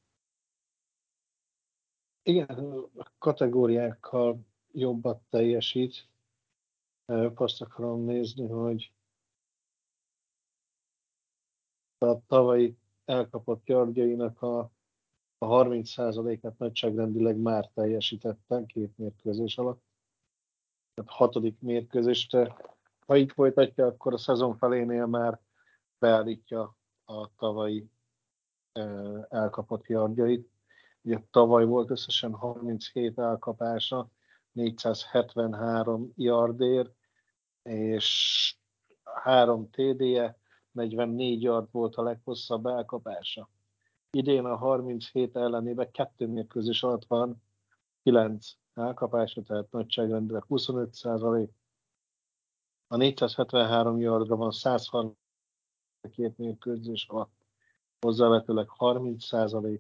Igen, a kategóriákkal jobbat teljesít. Azt akarom nézni, hogy a tavalyi elkapott yardjainak a 30%-át nagyságrendileg már teljesítette 2 mérkőzés alatt. Tehát 6. mérkőzést, ha így folytatja, akkor a szezon felénél már beállítja a tavalyi elkapott yardjait. Ugye tavaly volt összesen 37 elkapása, 473 yardért, és 3 TD-je, 44 yard volt a leghosszabb elkapása. Idén a 37 ellenében 2 mérkőzés alatt van 9 elkapása, tehát nagyságrendileg 25%. A 473 yardra van 132 mérkőzés alatt, hozzávetőleg 30%.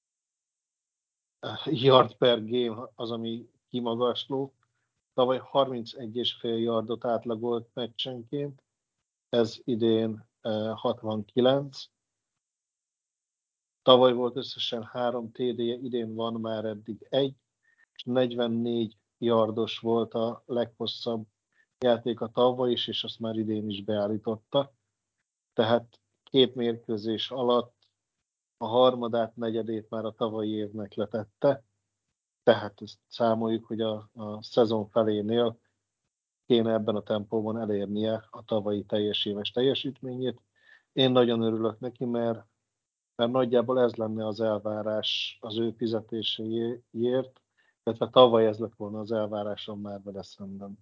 Yard per game az, ami kimagasló. Tavaly 31,5 yardot átlagolt meccsenként, ez idén 69. Tavaly volt összesen 3 TD-je, idén van már eddig 1, és 44 yardos volt a leghosszabb játéka tavaly is, és azt már idén is beállította. Tehát 2 mérkőzés alatt a harmadát, negyedét már a tavalyi évnek letette. Tehát ezt számoljuk, hogy a szezon felénél kéne ebben a tempóban elérnie a tavalyi teljes éves teljesítményét. Én nagyon örülök neki, mert nagyjából ez lenne az elvárás az ő fizetéséért, illetve tavaly ez lett volna az elvárásom már vele szemben.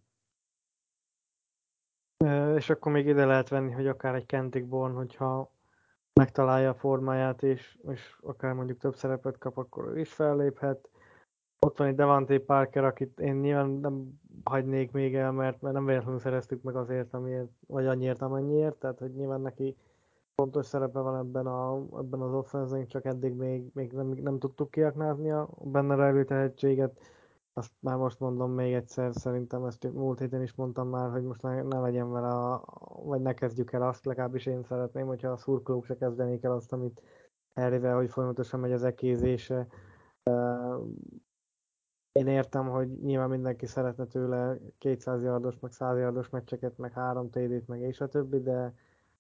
És akkor még ide lehet venni, hogy akár egy Kendrick Bourne, hogyha megtalálja a formáját, és akár mondjuk több szerepet kap, akkor ő is felléphet. Ott van egy Devante Parker, akit én nyilván nem hagynék még el, mert nem véletlenül szereztük meg azért, amiért, vagy annyiért, amennyiért, tehát hogy nyilván neki fontos szerepe van ebben az offense, csak eddig még nem tudtuk kiaknázni a benne rejlő tehetséget. Azt már most mondom még egyszer, szerintem ezt múlt héten is mondtam már, hogy most ne legyen vele, vagy ne kezdjük el azt, legalábbis én szeretném, hogyha a szurkolók se kezdenék el azt, amit Harryvel, hogy folyamatosan megy az ekézése. Én értem, hogy nyilván mindenki szeretne tőle 200 yardos, meg 100 yardos meccseket, meg 3 TD-t, meg és a többi, de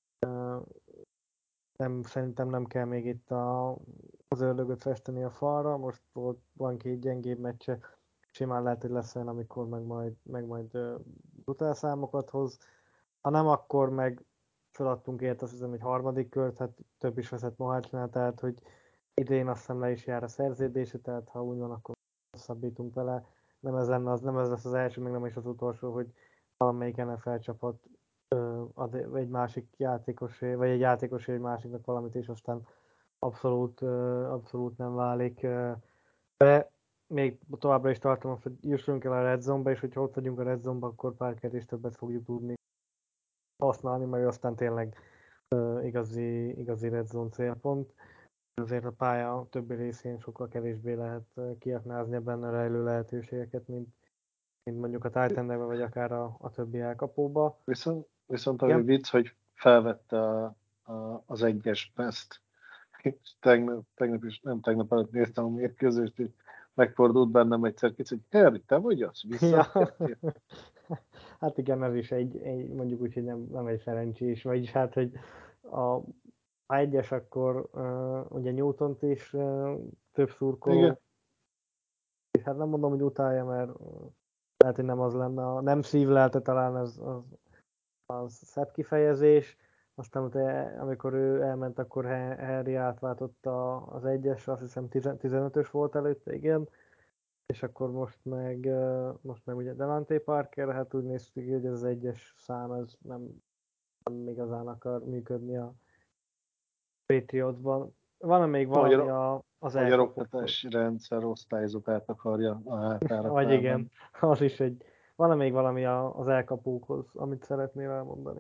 szerintem nem kell még itt az ördögöt festeni a falra. Most van 2 gyengébb meccse, simán lehet, hogy lesz olyan, amikor meg majd brutál számokat hoz. Ha nem, akkor meg feladtunk ért, azt hiszem, egy harmadik kört, hát több is veszett Mohácsnál, tehát hogy idén azt hiszem le is jár a szerződése, tehát ha úgy van, akkor hosszabbítunk vele. Nem ez lesz az első, meg nem is az utolsó, hogy valamelyik NFL csapat ad egy másik játékosé, vagy egy játékosé egy másiknak valamit, és aztán abszolút nem válik be. Még továbbra is tartom azt, hogy jussunk el a Red Zone-ba, és hogyha ott vagyunk a Red Zone-ba, akkor Parkert is többet fogjuk tudni használni, mert aztán tényleg igazi Red Zone célpont. Azért a pálya többi részén sokkal kevésbé lehet kiaknázni a benne rejlő lehetőségeket, mint mondjuk a Titan-ben, vagy akár a többi elkapóba. Viszont ami vicc, hogy felvette az egyes best. Tegnap is, nem tegnap előtt néztem a mérkőzést, és megfordult bennem egyszer kicsit, hogy Harry, te vagy az? Visszatértél? Hát igen, ez is egy mondjuk úgy, hogy nem egy szerencsés, vagyis hát, hogy ha egyes, akkor ugye Newtont is több szurkoló, Igen. és hát nem mondom, hogy utálja, mert lehet, hogy nem az lenne, nem szívlelte talán az szebb kifejezés, aztán amikor ő elment, akkor Harry átváltotta az egyes, azt hiszem 15-ös volt előtte, igen, és akkor most meg ugye Devante Parker, hát úgy néz ki, hogy ez az egyes szám, ez nem igazán akar működni a Patriotsban. Van még valami az magyar elkapókhoz? oktatási rendszer osztályzatát akarja a hátára Vagy felvenni. igen, az is egy... Van még valami az elkapókhoz, amit szeretnél elmondani?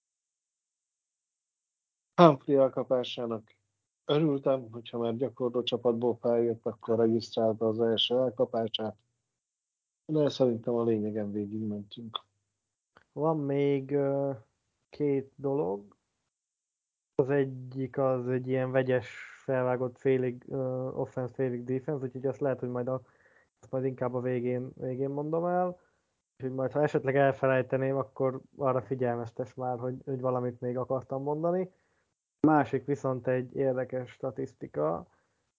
Humphrey elkapásának örültem, hogyha már gyakorló csapatból feljött, akkor regisztrálta az első elkapását. De szerintem a lényegen végigmentünk. Van még két dolog. Az egyik az egy ilyen vegyes felvágott félig offense, félig defense, úgyhogy azt lehet, hogy azt majd inkább a végén mondom el. Úgyhogy majd, ha esetleg elfelejteném, akkor arra figyelmeztes már, hogy valamit még akartam mondani. A másik viszont egy érdekes statisztika.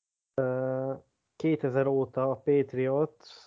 2000 óta a Patriots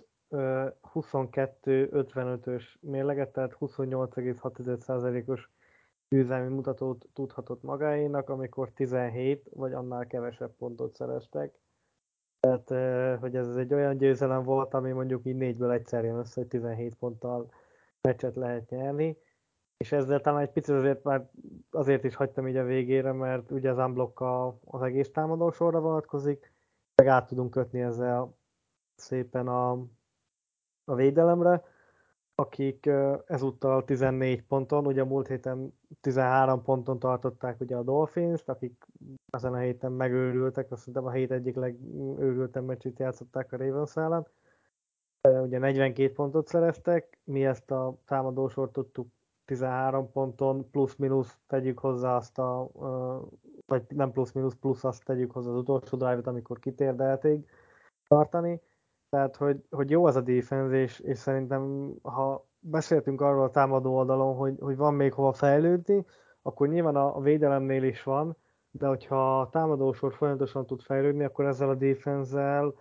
22-55-ös mérleget, tehát 28,6%-os győzelmi mutatót tudhatott magáénak, amikor 17 vagy annál kevesebb pontot szereztek. Tehát, hogy ez egy olyan győzelem volt, ami mondjuk így 4-ből egyszer jön össze, hogy 17 ponttal meccset lehet nyerni. És ezzel talán egy picit azért is hagytam így a végére, mert ugye az unblock az egész támadó sorra vonatkozik, meg át tudunk kötni ezzel szépen a védelemre, akik ezúttal 14 ponton, ugye a múlt héten 13 ponton tartották ugye a Dolphins-t, akik ezen a héten megőrültek, azt hiszem a hét egyik legőrültebb meccsét játszották a Ravens ellen. Ugye 42 pontot szereztek, mi ezt a támadósort tudtuk 13 ponton, plusz-minusz tegyük hozzá azt vagy nem plusz-minusz, plusz azt tegyük hozzá az utolsó drive-ot, amikor kitérdelték tartani. Tehát, hogy jó az a defense, és szerintem, ha beszéltünk arról a támadó oldalon, hogy van még hova fejlődni, akkor nyilván a védelemnél is van, de hogyha a támadósor folyamatosan tud fejlődni, akkor ezzel a defense-zel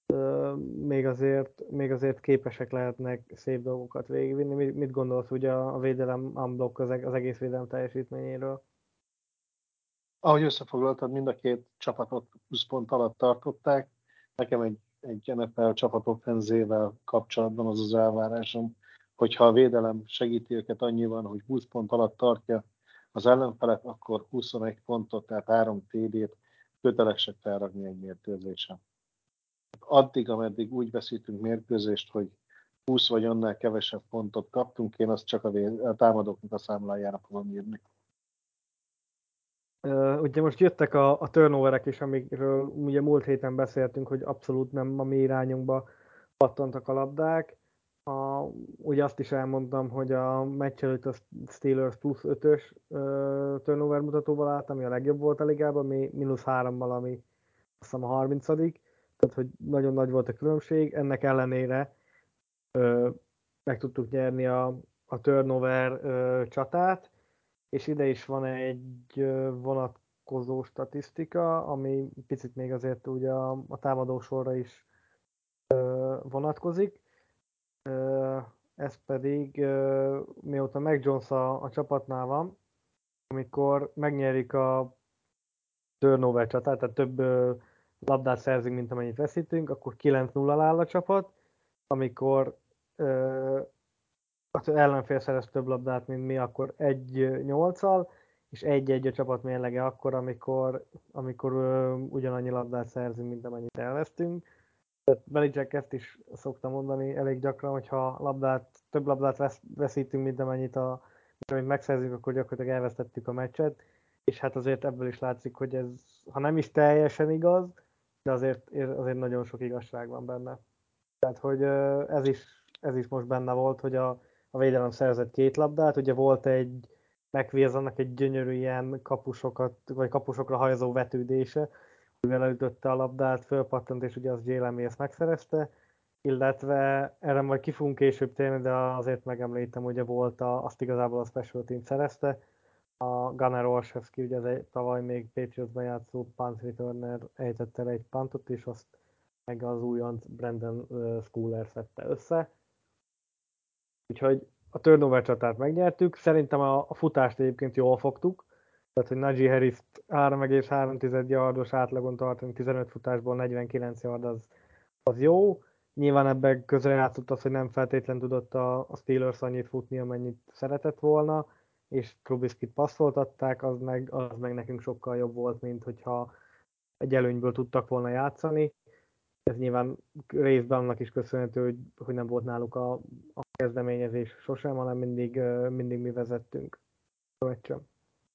még azért képesek lehetnek szép dolgokat végigvinni. Mit gondolsz ugye a védelem unblock az egész védelem teljesítményéről? Ahogy összefoglaltad, mind a két csapatot 20 pont alatt tartották. Nekem egy NFL csapat offenzével kapcsolatban az elvárásom, hogyha a védelem segíti őket annyiban, hogy 20 pont alatt tartja az ellenfelet, akkor 21 pontot, tehát 3 TD-t kötelesek felragni egy mérkőzésen. Addig, ameddig úgy veszítünk mérkőzést, hogy 20 vagy annál kevesebb pontot kaptunk, én azt csak a támadóknak a számlájára fogom írni. Ugye most jöttek a turnoverek is, amikről ugye múlt héten beszéltünk, hogy abszolút nem a mi irányunkba pattantak a labdák. Ugye azt is elmondtam, hogy a meccs előtt a Steelers plusz 5-ös turnover mutatóval állt, ami a legjobb volt a ligában, mi -3-mal, ami azt hiszem a 30. Tehát, hogy nagyon nagy volt a különbség. Ennek ellenére meg tudtuk nyerni a turnover csatát, és ide is van egy vonatkozó statisztika, ami picit még azért ugye a támadó sorra is vonatkozik. Ez pedig mióta Mac Jones a csapatnál van, amikor megnyerik a turnover csatát, tehát több labdát szerzünk, mint amennyit veszítünk, akkor 9-0 áll a csapat, amikor az ellenfél szerez több labdát, mint mi, akkor 1-8-al, és 1-1 a csapat mérlege akkor, amikor ugyanannyi labdát szerzünk, mint amennyit elvesztünk. Belichick ezt is szokta mondani elég gyakran, hogyha több labdát veszítünk, mint amit megszerzünk, akkor gyakorlatilag elvesztettük a meccset, és hát azért ebből is látszik, hogy ez, ha nem is teljesen igaz, de azért nagyon sok igazság van benne. Tehát, hogy ez is most benne volt, hogy a védelem szerzett 2 labdát, ugye volt egy McWilsonnak egy gyönyörű ilyen kapusokra hajazó vetődése, mivel elütötte a labdát, fölpattant, és ugye az Jalen Mills megszerezte, illetve erre majd ki fogunk később térni, de azért megemlítem, ugye volt azt igazából a Special Team szerezte, a Gunnar Olszewski, ugye tavaly még Patriotsban játszó punt returner ejtett el egy puntot, és azt meg az újonc Brandon Schooler szedte össze. Úgyhogy a turnover csatát megnyertük, szerintem a futást egyébként jól fogtuk, tehát hogy Najee Harris 3,3 yardos átlagon tartani, 15 futásból 49 yard az jó. Nyilván ebben közrejátszott az, hogy nem feltétlen tudott a Steelers annyit futni, amennyit szeretett volna, és Trubiskit passzoltatták, az meg nekünk sokkal jobb volt, mint hogyha egy előnyből tudtak volna játszani. Ez nyilván részben annak is köszönhető, hogy nem volt náluk a kezdeményezés sosem, hanem mindig mi vezettünk a meccsen.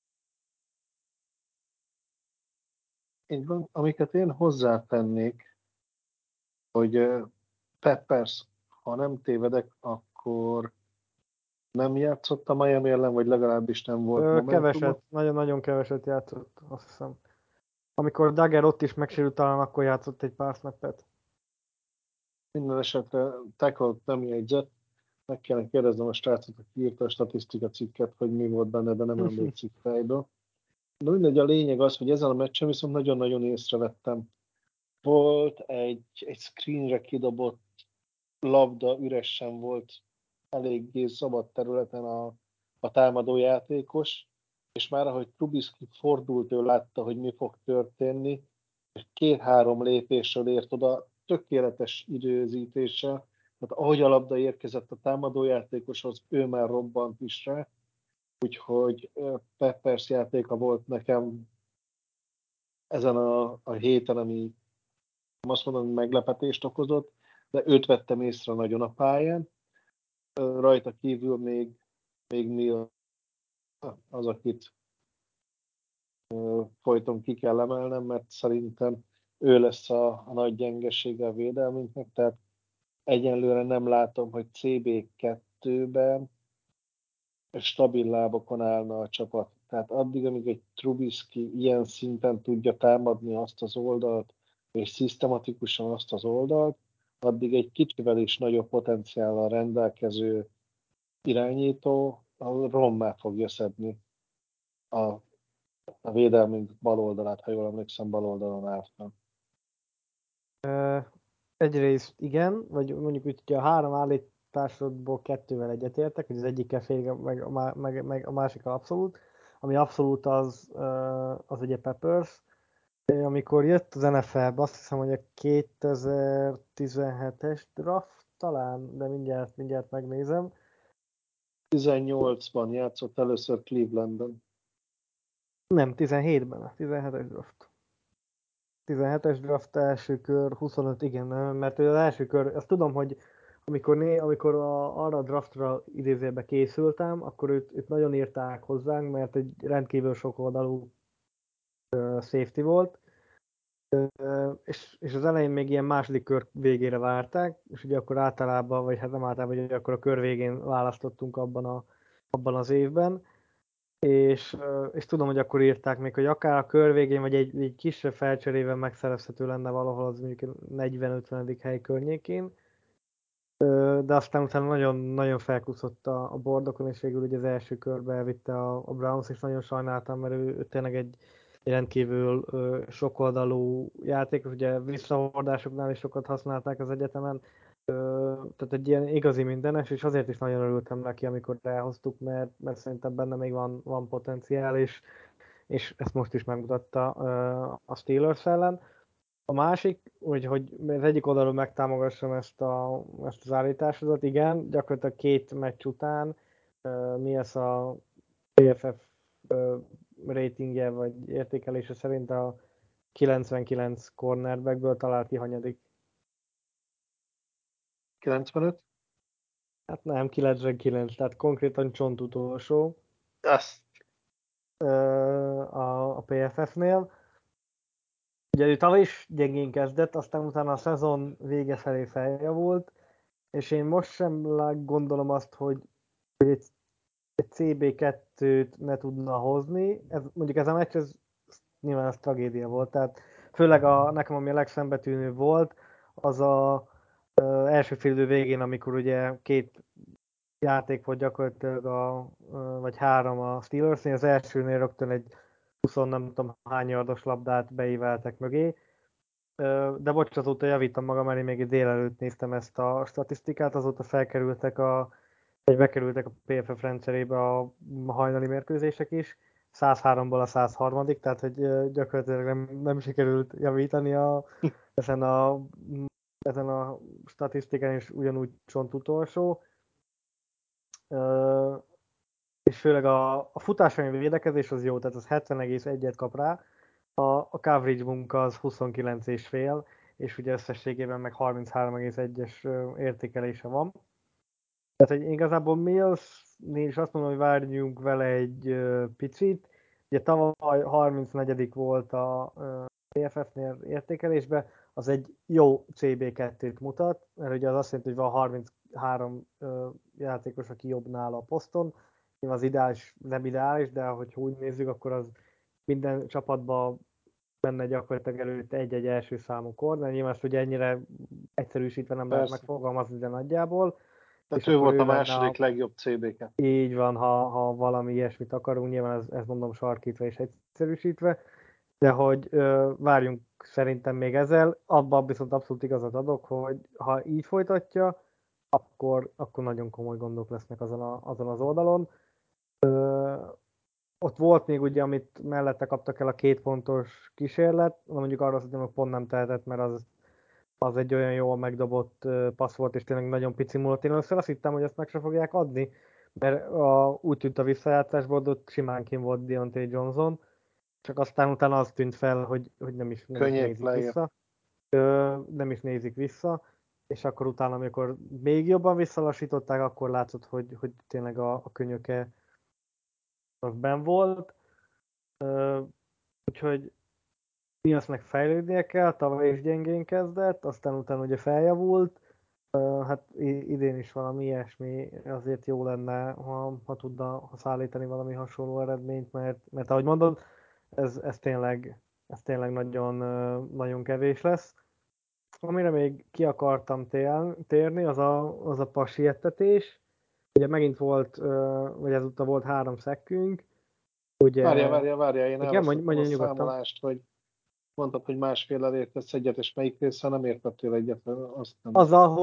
Így van. Amiket én hozzátennék, hogy Peppers, ha nem tévedek, akkor nem játszott a Miami ellen, vagy legalábbis nem volt momentum. Nagyon-nagyon keveset játszott, azt hiszem. Amikor Dagger ott is megsérült, talán akkor játszott egy pár snappet. Minden esetre tackle-t nem jegyzett. Meg kellene kérdeznem a srácot, aki írta a statisztika cikket, hogy mi volt benne, de nem emlékszik fejből. De mindegy, a lényeg az, hogy ezen a meccsen viszont nagyon-nagyon észrevettem. Volt egy screenre kidobott labda, üresen volt eléggé szabad területen a támadó játékos, és már ahogy Trubisky fordult, ő látta, hogy mi fog történni, és 2-3 lépésről ért oda, tökéletes időzítéssel, tehát ahogy a labda érkezett a támadójátékoshoz, ő már robbant is rá, úgyhogy Peppers játéka volt nekem ezen a héten, ami azt mondom, hogy meglepetést okozott, de őt vettem észre nagyon a pályán. Rajta kívül még mi az, akit folyton ki kell emelnem, mert szerintem ő lesz a nagy gyengesége a védelmünknek, tehát egyenlőre nem látom, hogy CB2-ben stabil lábokon állna a csapat. Tehát addig, amíg egy Trubisky ilyen szinten tudja támadni azt az oldalt, és szisztematikusan azt az oldalt, addig egy kicsivel is nagyobb potenciállal rendelkező irányító rommá fogja szedni a védelmünk bal oldalát, ha jól emlékszem, bal oldalon álltam. Egyrészt igen, vagy mondjuk úgy, hogy a 3 állításodból 2-vel egyetértek, hogy az egyikkel fél, meg a másik abszolút. Ami abszolút az ugye Peppers. Amikor jött az NFL-be, azt hiszem, hogy a 2017-es draft talán, de mindjárt megnézem. 18-ban játszott először Clevelandben. Nem, 17-ben, a 17-es draft. 17-es draft első kör, 25, igen, mert az első kör, azt tudom, hogy amikor arra a draftra idézőbe készültem, akkor őt nagyon írták hozzánk, mert egy rendkívül sok oldalú safety volt, és az elején még ilyen második kör végére várták, és ugye akkor általában, vagy hát nem általában, vagy akkor a kör végén választottunk abban az évben, és tudom, hogy akkor írták még, hogy akár a kör végén, vagy egy kisebb felcserével megszerezhető lenne valahol az mondjuk 40-50. Hely környékén, de aztán utána nagyon, nagyon felkuszott a bordokon, és végül ugye az első körbe elvitte a Browns, és nagyon sajnáltam, mert ő tényleg egy rendkívül sokoldalú játékos, ugye visszahordásoknál is sokat használták az egyetemen, tehát egy ilyen igazi mindenes, és azért is nagyon örültem neki, amikor elhoztuk, mert szerintem benne még van potenciál, és ezt most is megmutatta a Steelers ellen. A másik, hogy az egyik oldalról megtámogassam ezt az állításodat, igen, gyakorlatilag 2 meccs után mi ez a PFF ratingje vagy értékelése szerint a 99 cornerbackből talált ki hanyadik. 95? Hát nem, 99, tehát konkrétan csont utolsó Azt. a PFF-nél. Ugye ő tavaly is gyengén kezdett, aztán utána a szezon vége felé feljavult, és én most sem gondolom azt, hogy egy CB2-t ne tudna hozni. Mondjuk ez a meccs, nyilván ez tragédia volt, tehát főleg nekem ami a legszembetűnőbb volt, az első fél idő végén, amikor ugye 2 játék volt gyakorlatilag, vagy 3 a Steelersnél, az elsőnél rögtön egy 20 nem tudom hány yardos labdát beíveltek mögé. De bocs, azóta javítom magam, mert én még délelőtt néztem ezt a statisztikát, azóta bekerültek a PFF rendszerébe a hajnali mérkőzések is, 103-ból a 103, tehát hogy gyakorlatilag nem sikerült javítani ezen a statisztikán, és ugyanúgy csont utolsó. És főleg a futásai védekezés az jó, tehát az 70,1-et kap rá, a coverage munka az 29,5, és ugye összességében meg 33,1-es értékelése van. Tehát, hogy igazából Mills-nél is azt mondom, hogy várjunk vele egy picit. Ugye tavaly 34. volt a PFF-nél értékelésben, az egy jó CB2-t mutat, mert ugye az azt jelenti, hogy van 33 játékos, aki jobb nála a poszton. Az ideális, nem ideális, de hogyha úgy nézzük, akkor az minden csapatban benne gyakorlatilag előtte egy-egy első számú corner. Nyilván ezt ugye ennyire egyszerűsítve nem lehet Persze. megfogalmazni, de nagyjából. Tehát És ő akkor volt a lenne második legjobb CB2. így van, ha valami ilyesmit akarunk, nyilván ez mondom sarkítva és egyszerűsítve, de hogy várjunk szerintem még ezzel, abban viszont abszolút igazat adok, hogy ha így folytatja, akkor nagyon komoly gondok lesznek azon az oldalon. Ott volt még ugye, amit mellette kaptak el a 2 pontos kísérlet, mondjuk arra azt hogy pont nem tehetett, mert az egy olyan jól megdobott passz volt, és tényleg nagyon pici múlott. Én először azt hittem, hogy ezt meg se fogják adni, mert úgy tűnt a visszajátszásból, hogy ott simán kim volt Deontay Johnson, csak aztán utána az tűnt fel, hogy nem is Könnyed nézik player. vissza. Nem is nézik vissza, és akkor utána, amikor még jobban visszalassították, akkor látszott, hogy tényleg a könyöke az benn volt. Úgyhogy Nielsnek fejlődnie kell, tavaly is gyengén kezdett, aztán utána ugye feljavult, hát idén is valami ilyesmi, azért jó lenne, ha tudna szállítani valami hasonló eredményt, mert ahogy mondod, ez tényleg nagyon, nagyon kevés lesz. Amire még ki akartam térni, az a passietetés. Ugye megint volt, vagy ezúttal volt 3 szekkünk. Ugye, Várja, én igen, elvesztettem a nyugodtan. számolást, hogy mondtad, hogy másféllel értesz egyet, és melyik része nem értettél egyet, azt nem.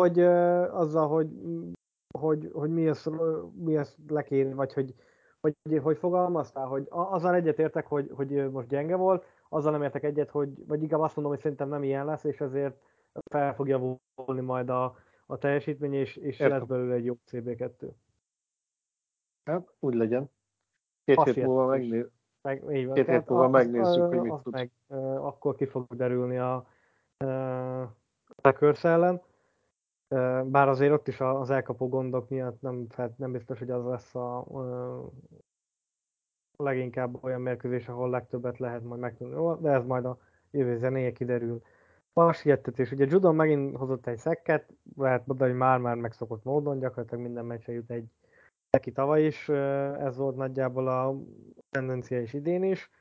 Hogy mi az lekér, vagy hogy fogalmaztál, hogy azzal egyetértek, hogy most gyenge volt, azzal nem értek egyet, vagy inkább azt mondom, hogy szerintem nem ilyen lesz, és ezért fel fog javulni majd a teljesítmény, és lesz Értem. belőle egy jobb CB2. Hát, úgy legyen. 2 hét múlva megnézzük. Így van. 2 hét múlva megnézzük, hogy mit Az tud. meg akkor ki fog derülni a Packers ellen. Bár azért ott is az elkapó gondok miatt nem biztos, hogy az lesz a leginkább olyan mérkőzés, ahol legtöbbet lehet majd megtudni, de ez majd a jövő zenéje kiderül. Passietetés, ugye Judon megint hozott egy szekket, lehet mondani, hogy már megszokott módon, gyakorlatilag minden meccsen jut egy neki tavaly is, ez volt nagyjából a tendencia is idén is.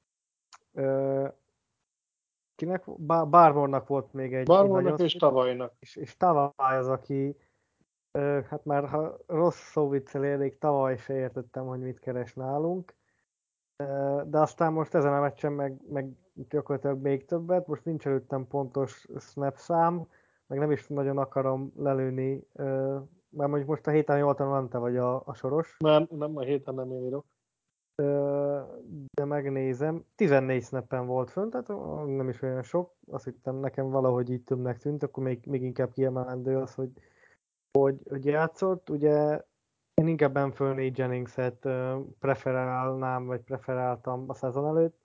Kinek? Barmornak volt még egy nagyon Barmornak és tavalynak. és tavaly az, aki hát már ha rossz szóviccel élnék, tavaly se értettem, hogy mit keres nálunk. De aztán most ezen a meccsen meg gyakorlatilag még többet, most nincs előttem pontos snap szám, meg nem is nagyon akarom lelőni, mert mondjuk most a héten jól tudom, nem te vagy a soros. Már nem, a héten nem én írok. De megnézem, 14 snappen volt fönt, tehát nem is olyan sok, azt hittem nekem valahogy így többnek tűnt, akkor még inkább kiemelendő az, hogy játszott. Ugye én inkább Anthony Jennings-et preferálnám, vagy preferáltam a szezon előtt,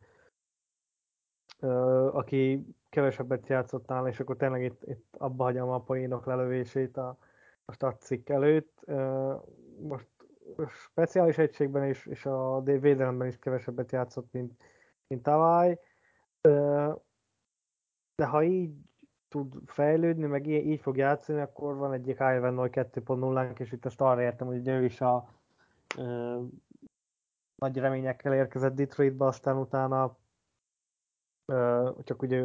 aki kevesebbet játszott nála, és akkor tényleg itt abba hagyom a poénok lelövését a statcikk előtt. Most speciális egységben és a védelemben is kevesebbet játszott, mint tavaly. De ha így tud fejlődni, meg így fog játszani, akkor van egyik Ivan Noy 2.0-nk, és itt most arra értem, hogy ő is a nagy reményekkel érkezett Detroitba, aztán utána csak ugye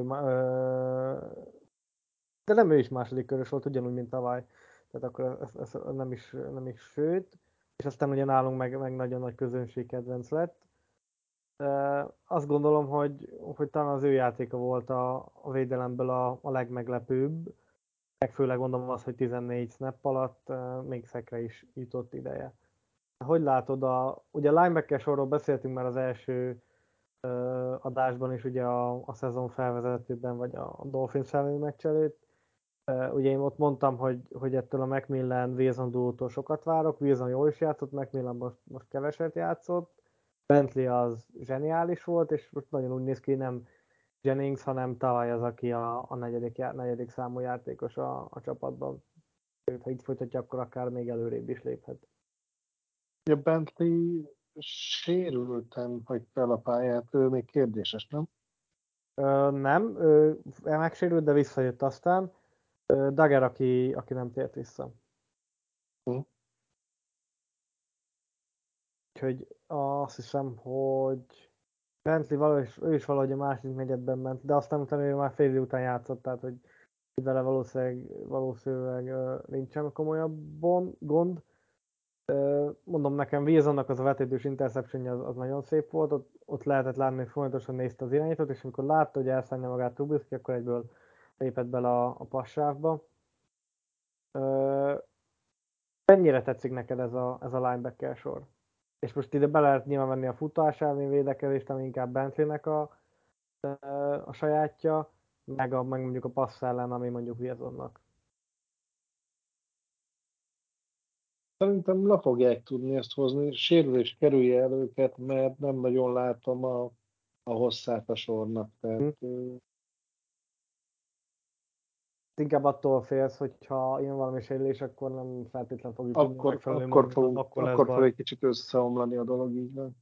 de nem ő is második körös volt, ugyanúgy, mint tavaly. Tehát akkor ez nem is sőt. És aztán ugye nálunk meg nagyon nagy közönségkedvenc lett. Azt gondolom, hogy talán az ő játéka volt a védelemből a legmeglepőbb. Meg főleg mondom az, hogy 14 snap alatt még szekre is jutott ideje. Hogy látod, ugye a linebacker sorról beszéltünk már az első adásban is, ugye a szezon felvezetőben, vagy a Dolphins elleni meccs előtt. Ugye én ott mondtam, hogy ettől a Macmillan Wilson duótól sokat várok, Wilson jól is játszott, Macmillan most keveset játszott, Bentley az zseniális volt, és most nagyon úgy néz ki, nem Jennings, hanem tavaly az, aki a negyedik számú játékos a csapatban. Ha így folytatja, akkor akár még előrébb is léphet. A Bentley sérülten hagy fel a pályát, ő még kérdéses, nem? Nem, megsérült, de visszajött aztán. Dagger, aki nem tért vissza. Úgyhogy azt hiszem, hogy Bentley ő is valahogy a második negyedben ment, de aztán utána ő már fél idő után játszott, tehát hogy vele valószínűleg nincsen komolyabb gond. Mondom nekem, Wilsonnak az a vetődős interception az nagyon szép volt, ott lehetett látni, hogy folyamatosan nézte az irányítót, és amikor látta, hogy elszállja magát Trubisky, akkor egyből lépett bele a passávba. Mennyire tetszik neked ez a linebacker sor? És most ide be lehet nyilván venni a futás elleni védekezést, ami inkább Bentleynek a sajátja, meg mondjuk a passz ellen, ami mondjuk Wilsonnak. Szerintem le fogják tudni ezt hozni, sérülés kerülje el őket, mert nem nagyon látom a hosszát a sornak. Tehát, Inkább attól félsz, hogyha jön valami sérülés, akkor nem feltétlenül fogjuk tudni megfelelő módon, akkor lesz akkor fog baj. egy kicsit összeomlani a dolog, így van.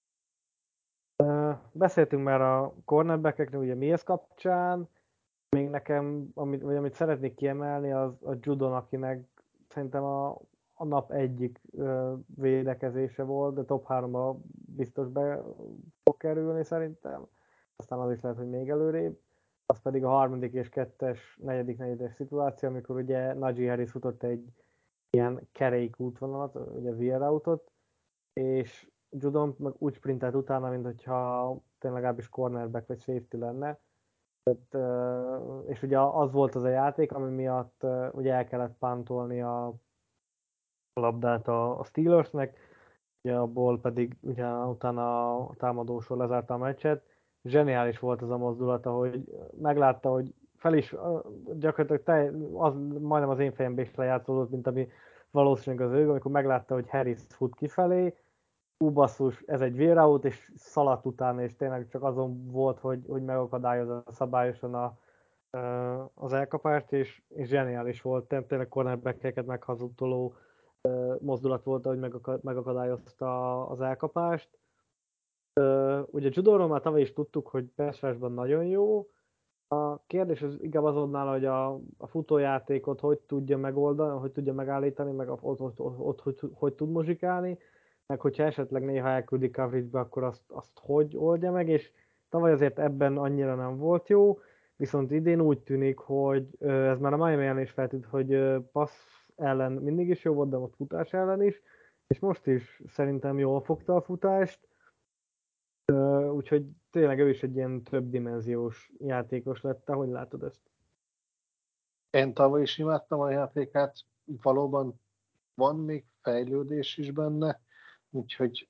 Beszéltünk már a cornerbackekről, ugye Mills kapcsán, még nekem, amit szeretnék kiemelni, az a Judon, akinek szerintem a nap egyik védekezése volt, de top 3-ba biztos be fog kerülni szerintem. Aztán az is lehet, hogy még előrébb. Az pedig a harmadik és kettes, negyedes szituáció, amikor ugye Najee Harris futott egy ilyen kerék útvonalat, ugye wheel routot, és Judon meg úgy sprintelt utána, mint hogyha tényleg legalábbis cornerback vagy safety lenne. Tehát, és ugye az volt az a játék, ami miatt ugye el kellett pántolni a labdát a Steelersnek, ugye abból pedig ugye utána a támadósor lezárta a meccset. Zseniális volt az a mozdulata, hogy meglátta, hogy fel is gyakorlatilag majdnem az én fejembe is lejátszódott, mint ami valószínűleg az ő, amikor meglátta, hogy Harris fut kifelé, basszus, ez egy wheel és szaladt utána, és tényleg csak azon volt, hogy megakadályozza szabályosan az elkapást, és zseniális volt, tényleg cornerback-eket meghazudtoló mozdulat volt, hogy megakadályozta az elkapást. Ugye Judonról már tavaly is tudtuk, hogy pass nagyon jó. A kérdés az inkább azon nála, hogy a futójátékot hogy tudja megoldani, hogy tudja megállítani, meg ott hogy tud muzsikálni, meg hogyha esetleg néha elküldi coverage-be, akkor azt hogy oldja meg, és tavaly azért ebben annyira nem volt jó, viszont idén úgy tűnik, hogy ez már a Miami ellen is feltűnt, hogy passz ellen mindig is jó volt, de most futás ellen is, és most is szerintem jól fogta a futást, úgyhogy tényleg ő is egy ilyen többdimenziós játékos lett, ahogy látod ezt? Én tavaly is imádtam a játékát, valóban van még fejlődés is benne, úgyhogy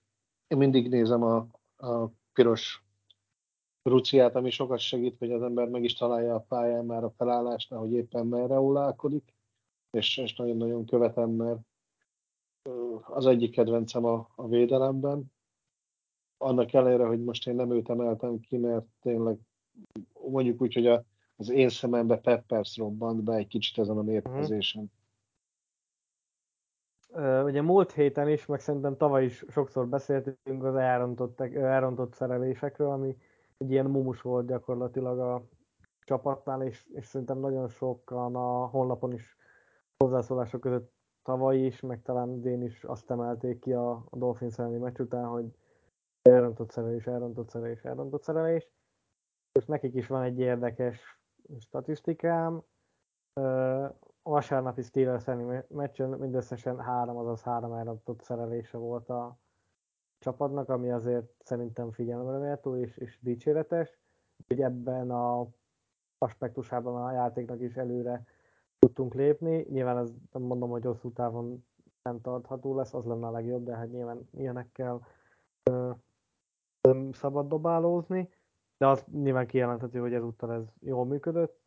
Én mindig nézem a piros ruciát, ami sokat segít, hogy az ember meg is találja a pályán már a felállásnál, hogy éppen merre ólálkodik, és nagyon-nagyon követem, mert az egyik kedvencem a védelemben. Annak ellenére, hogy most én nem őt emeltem ki, mert tényleg mondjuk úgy, hogy az én szemembe Peppers robbant be egy kicsit ezen a mérkőzésen. Ugye múlt héten is, meg szerintem tavaly is sokszor beszéltünk az elrontott szerelésekről, ami egy ilyen mumus volt gyakorlatilag a csapatnál, és szerintem nagyon sokan a honlapon is hozzászólások között tavaly is, meg talán idén is azt emelték ki a Dolphins elleni meccs után, hogy elrontott szerelés. És nekik is van egy érdekes statisztikám. A vasárnapi Steelers elleni meccsen mindösszesen 3 elrontott szerelése volt a csapatnak, ami azért szerintem figyelemre méltó és dicséretes. Úgyhogy ebben a aspektusában a játéknak is előre tudtunk lépni. Nyilván ez nem mondom, hogy hosszú távon nem tartható lesz, az lenne a legjobb, de hát nyilván ilyenekkel nem szabad dobálózni, de az nyilván kijelenthető, hogy ezúttal ez jól működött.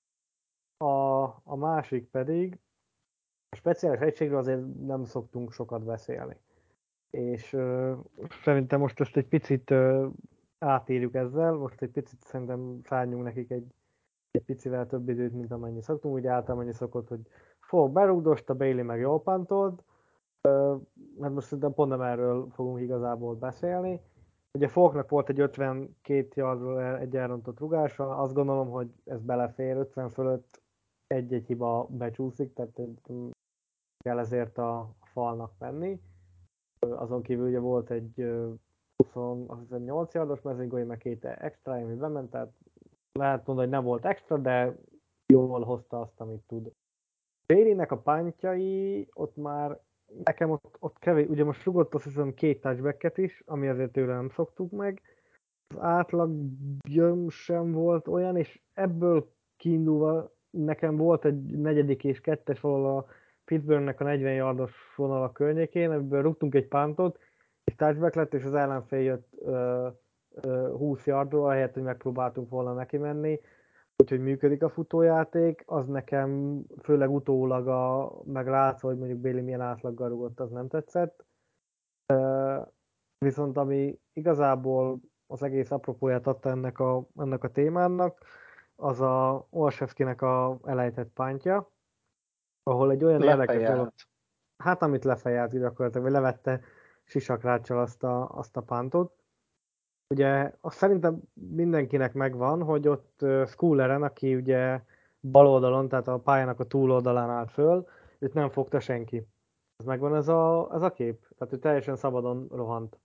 A másik pedig, a speciális egységről azért nem szoktunk sokat beszélni. És szerintem most ezt egy picit átírjuk ezzel, most egy picit szerintem szálljunk nekik egy picivel több időt, mint amennyi szoktunk. Ugye általában annyi szokott, hogy Falk berúgdosta, Bailey meg jól pantolt. Hát most szerintem pont nem erről fogunk igazából beszélni. Ugye Falknak volt egy 52 yardról egy elrontott rúgása, azt gondolom, hogy ez belefér, 50 fölött egy-egy hiba becsúszik, tehát kell ezért a falnak menni. Azon kívül ugye volt egy 28 yardos mezőgói, meg 2 extra, ami bement, tehát lehet mondani, hogy nem volt extra, de jól hozta azt, amit tud. Baileynek a pántjai, ott már nekem ott kevés, ugye most rugott azt hiszem 2 touchbacket is, ami azért tőle nem szoktuk meg. Az átlag sem volt olyan, és ebből kiindulva nekem volt egy 4. és 2-es valahol a Pittsburghnek a 40 yardos vonal a környékén, ebből rúgtunk egy pántot, és touchback lett, és az ellenfél jött 20 yardról, ahelyett, hogy megpróbáltunk volna neki menni. Úgyhogy működik a futójáték, az nekem főleg utólag meg látszva, hogy mondjuk Bailey milyen átlaggal rúgott, az nem tetszett. Viszont ami igazából az egész apropóját adta ennek a témának, az a Olszewskinek a elejtett pántja, ahol egy olyan érdekes dolog, hát amit lefejelt gyakorlatilag, vagy levette sisakráccsal azt a pántot. Ugye azt szerintem mindenkinek megvan, hogy ott Schooleren, aki ugye bal oldalon, tehát a pályának a túloldalán állt föl, őt nem fogta senki. Ez megvan ez a kép? Tehát ő teljesen szabadon rohant.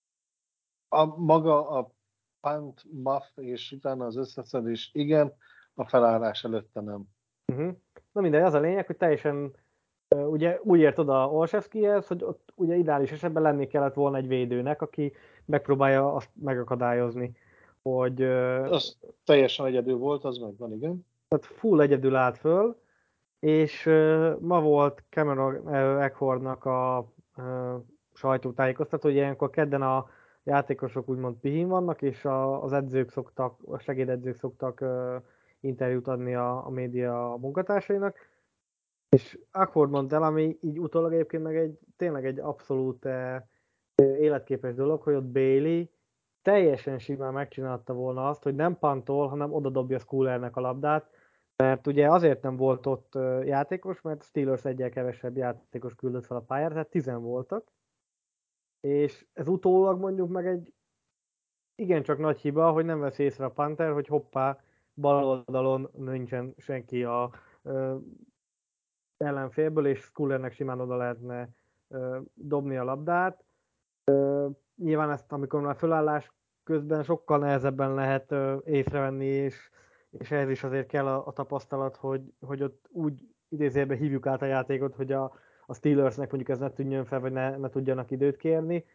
Maga a punt, muff és utána az összeszedés igen, a felállás előtte nem. Na mindegy, az a lényeg, hogy teljesen ugye úgy ért oda Olszewskihez, hogy ott ugye ideális esetben lenni kellett volna egy védőnek, aki megpróbálja azt megakadályozni, hogy... Az teljesen egyedül volt, az megvan, igen. Tehát full egyedül állt föl, és ma volt Cameron Eckhornnak a sajtótájékoztató, hogy ilyenkor kedden a játékosok úgymond pihin vannak, és az edzők szoktak, a segédedzők szoktak interjút adni a média munkatársainak, és Eckhord mondta el, ami így utólag egyébként meg tényleg egy abszolút életképes dolog, hogy ott Bailey teljesen simán megcsinálta volna azt, hogy nem pantol, hanem odadobja Schoolernek a labdát, mert ugye azért nem volt ott játékos, mert a Steelers egyel kevesebb játékos küldött fel a pályára, tehát 10 voltak, és ez utólag mondjuk meg egy igencsak nagy hiba, hogy nem vesz észre a Panther, hogy hoppá, bal oldalon nincsen senki a ellenfélből, és Schoolernek simán oda lehetne dobni a labdát. Nyilván ezt, amikor már fölállás közben sokkal nehezebben lehet észrevenni, és ehhez is azért kell a tapasztalat, hogy ott úgy idézőjelben hívjuk át a játékot, hogy a Steelersnek mondjuk ez ne tűnjön fel, vagy ne tudjanak időt kérni.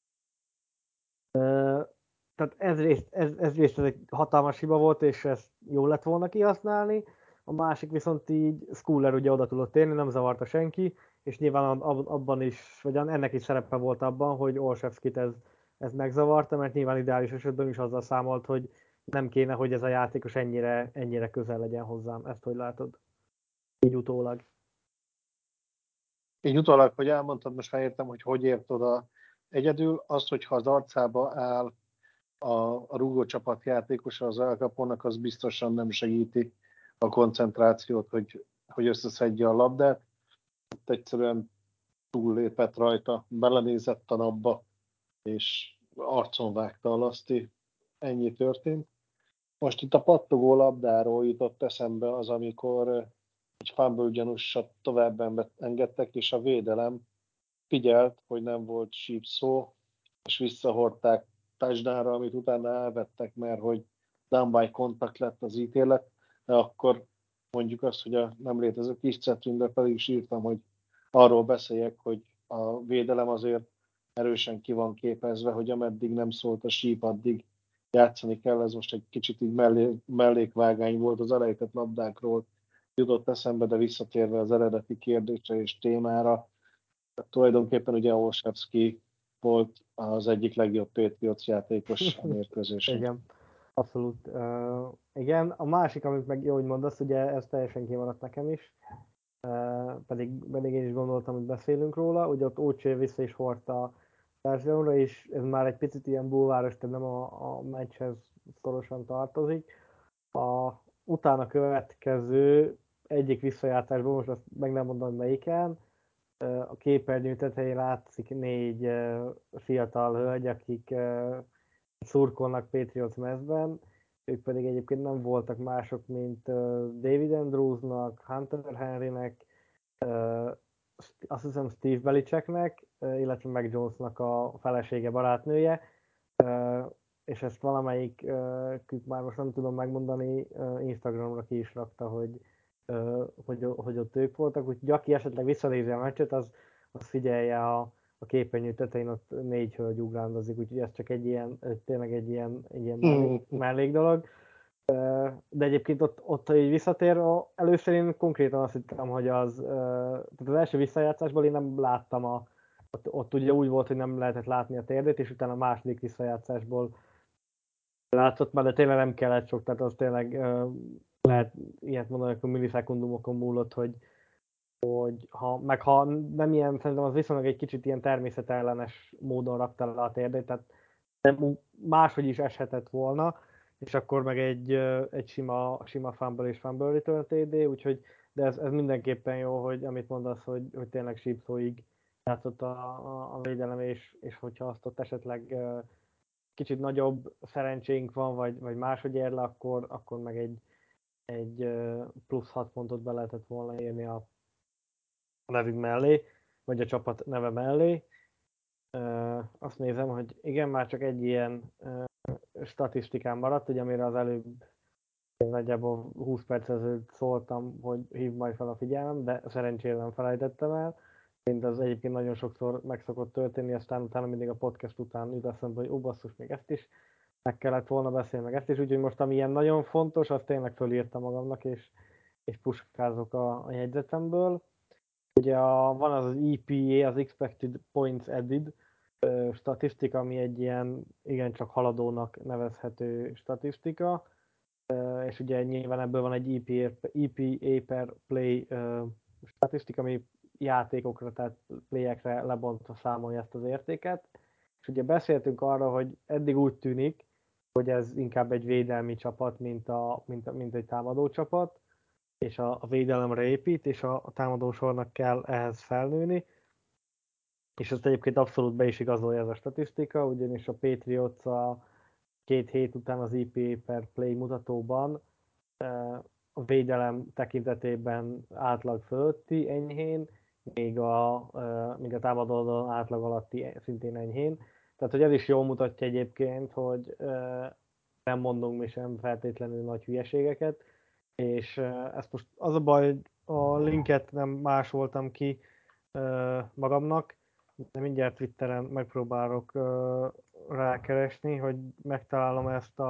Tehát ez részt egy hatalmas hiba volt, és ezt jól lett volna kihasználni. A másik viszont így Schooler ugye oda tudott érni, nem zavarta senki, és nyilván abban is, vagy ennek is szerepe volt abban, hogy Olszewskit ez ez megzavarta, mert nyilván ideális esetben is azzal számolt, hogy nem kéne, hogy ez a játékos ennyire közel legyen hozzám. Ezt hogy látod? Így utólag. Így utólag, hogy elmondtad, most már értem, hogy ért oda. Egyedül az, hogyha az arcába áll a rúgócsapat játékosa az Al Capone-nak, az biztosan nem segíti a koncentrációt, hogy összeszedje a labdát. Ott egyszerűen túllépett rajta, belenézett a napba, és arcon vágta a laszti. Ennyi történt. Most itt a pattogó labdáról jutott eszembe az, amikor egy fumble gyanúsat tovább engedtek, és a védelem figyelt, hogy nem volt síp szó, és visszahordták touchdownra, amit utána elvettek, mert hogy down by contact lett az ítélet, de akkor mondjuk azt, hogy a nem létező kis cetrünkbe pedig is írtam, hogy arról beszéljek, hogy a védelem azért erősen ki van képezve, hogy ameddig nem szólt a síp, addig játszani kell. Ez most egy kicsit így mellékvágány volt az elejtett labdákról, jutott eszembe, de visszatérve az eredeti kérdésre és témára, tulajdonképpen ugye Olszewski volt az egyik legjobb Patriots játékos a mérkőzésen. Igen, abszolút. Igen, a másik, amit meg jó, hogy mondasz, ugye ez teljesen kimaradt nekem is, pedig én is gondoltam, hogy beszélünk róla, ugye ott Ócsér vissza is hordta a társadalomra, és ez már egy picit ilyen bulváros, tehát nem a meccshez szorosan tartozik. Utána következő egyik visszajátásból, most azt meg nem mondom melyiken, a képernyő tetején látszik 4 fiatal hölgy, akik szurkolnak Patriots mezben, ők pedig egyébként nem voltak mások, mint David Andrewsnak, Hunter Henrynek, azt hiszem Steve Belichicknek, illetve Mac Jonesnak a felesége, barátnője, és ezt valamelyik, már most nem tudom megmondani, Instagramra ki is rakta, hogy ott ők voltak, úgyhogy aki esetleg visszanézi a meccset, az figyelje a képernyő tetején, ott 4 hölgy ugrándozik, úgyhogy ez csak tényleg egy ilyen mellék dolog. De egyébként ott így visszatér, először én konkrétan azt hittem, hogy tehát az első visszajátszásból én nem láttam ott ugye úgy volt, hogy nem lehetett látni a térdét, és utána a második visszajátszásból látszott már, de tényleg nem kellett sok, tehát az tényleg lehet ilyet mondani, hogy millisekundumokon múlott, hogy ha nem ilyen, szerintem az viszonylag egy kicsit ilyen természetellenes módon rakta le a térdét, tehát máshogy is eshetett volna, és akkor meg egy sima fumble és fumble return TD, úgyhogy de ez mindenképpen jó, hogy amit mondasz, hogy tényleg sípszóig játszott a védelem, és hogyha azt ott esetleg kicsit nagyobb szerencsénk van, vagy máshogy ér le, akkor meg egy plusz 6 pontot be lehetett volna érni a nevünk mellé, vagy a csapat neve mellé. Azt nézem, hogy igen, már csak egy ilyen statisztikán maradt, ugye amire az előbb nagyjából 20 perc ezelőtt szóltam, hogy hív majd fel a figyelmem, de szerencsére nem felejtettem el, mint az egyébként nagyon sokszor meg szokott történni, aztán utána mindig a podcast után jut eszembe, hogy basszus, még ezt is meg kellett volna beszélni, meg ezt is, úgyhogy most ami ilyen nagyon fontos, azt tényleg fölírtam magamnak, és puskázok a jegyzetemből. Ugye van az EPA, az Expected Points Added statisztika, ami egy ilyen igencsak haladónak nevezhető statisztika, és ugye nyilván ebből van egy EPA per play statisztika, ami játékokra, tehát playekre lebontva számolja ezt az értéket. És ugye beszéltünk arra, hogy eddig úgy tűnik, hogy ez inkább egy védelmi csapat, mint egy támadó csapat, és a védelemre épít, és a támadósornak kell ehhez felnőni. És ezt egyébként abszolút be is igazolja ez a statisztika, ugyanis a Patriots a 2 hét után az EPA per play mutatóban a védelem tekintetében átlag fölötti enyhén, míg a támadó átlag alatti szintén enyhén. Tehát, hogy ez is jól mutatja egyébként, hogy nem mondunk mi sem feltétlenül nagy hülyeségeket, és ezt most az a baj, hogy a linket nem másoltam ki magamnak, de mindjárt Twitteren megpróbálok rákeresni, hogy megtalálom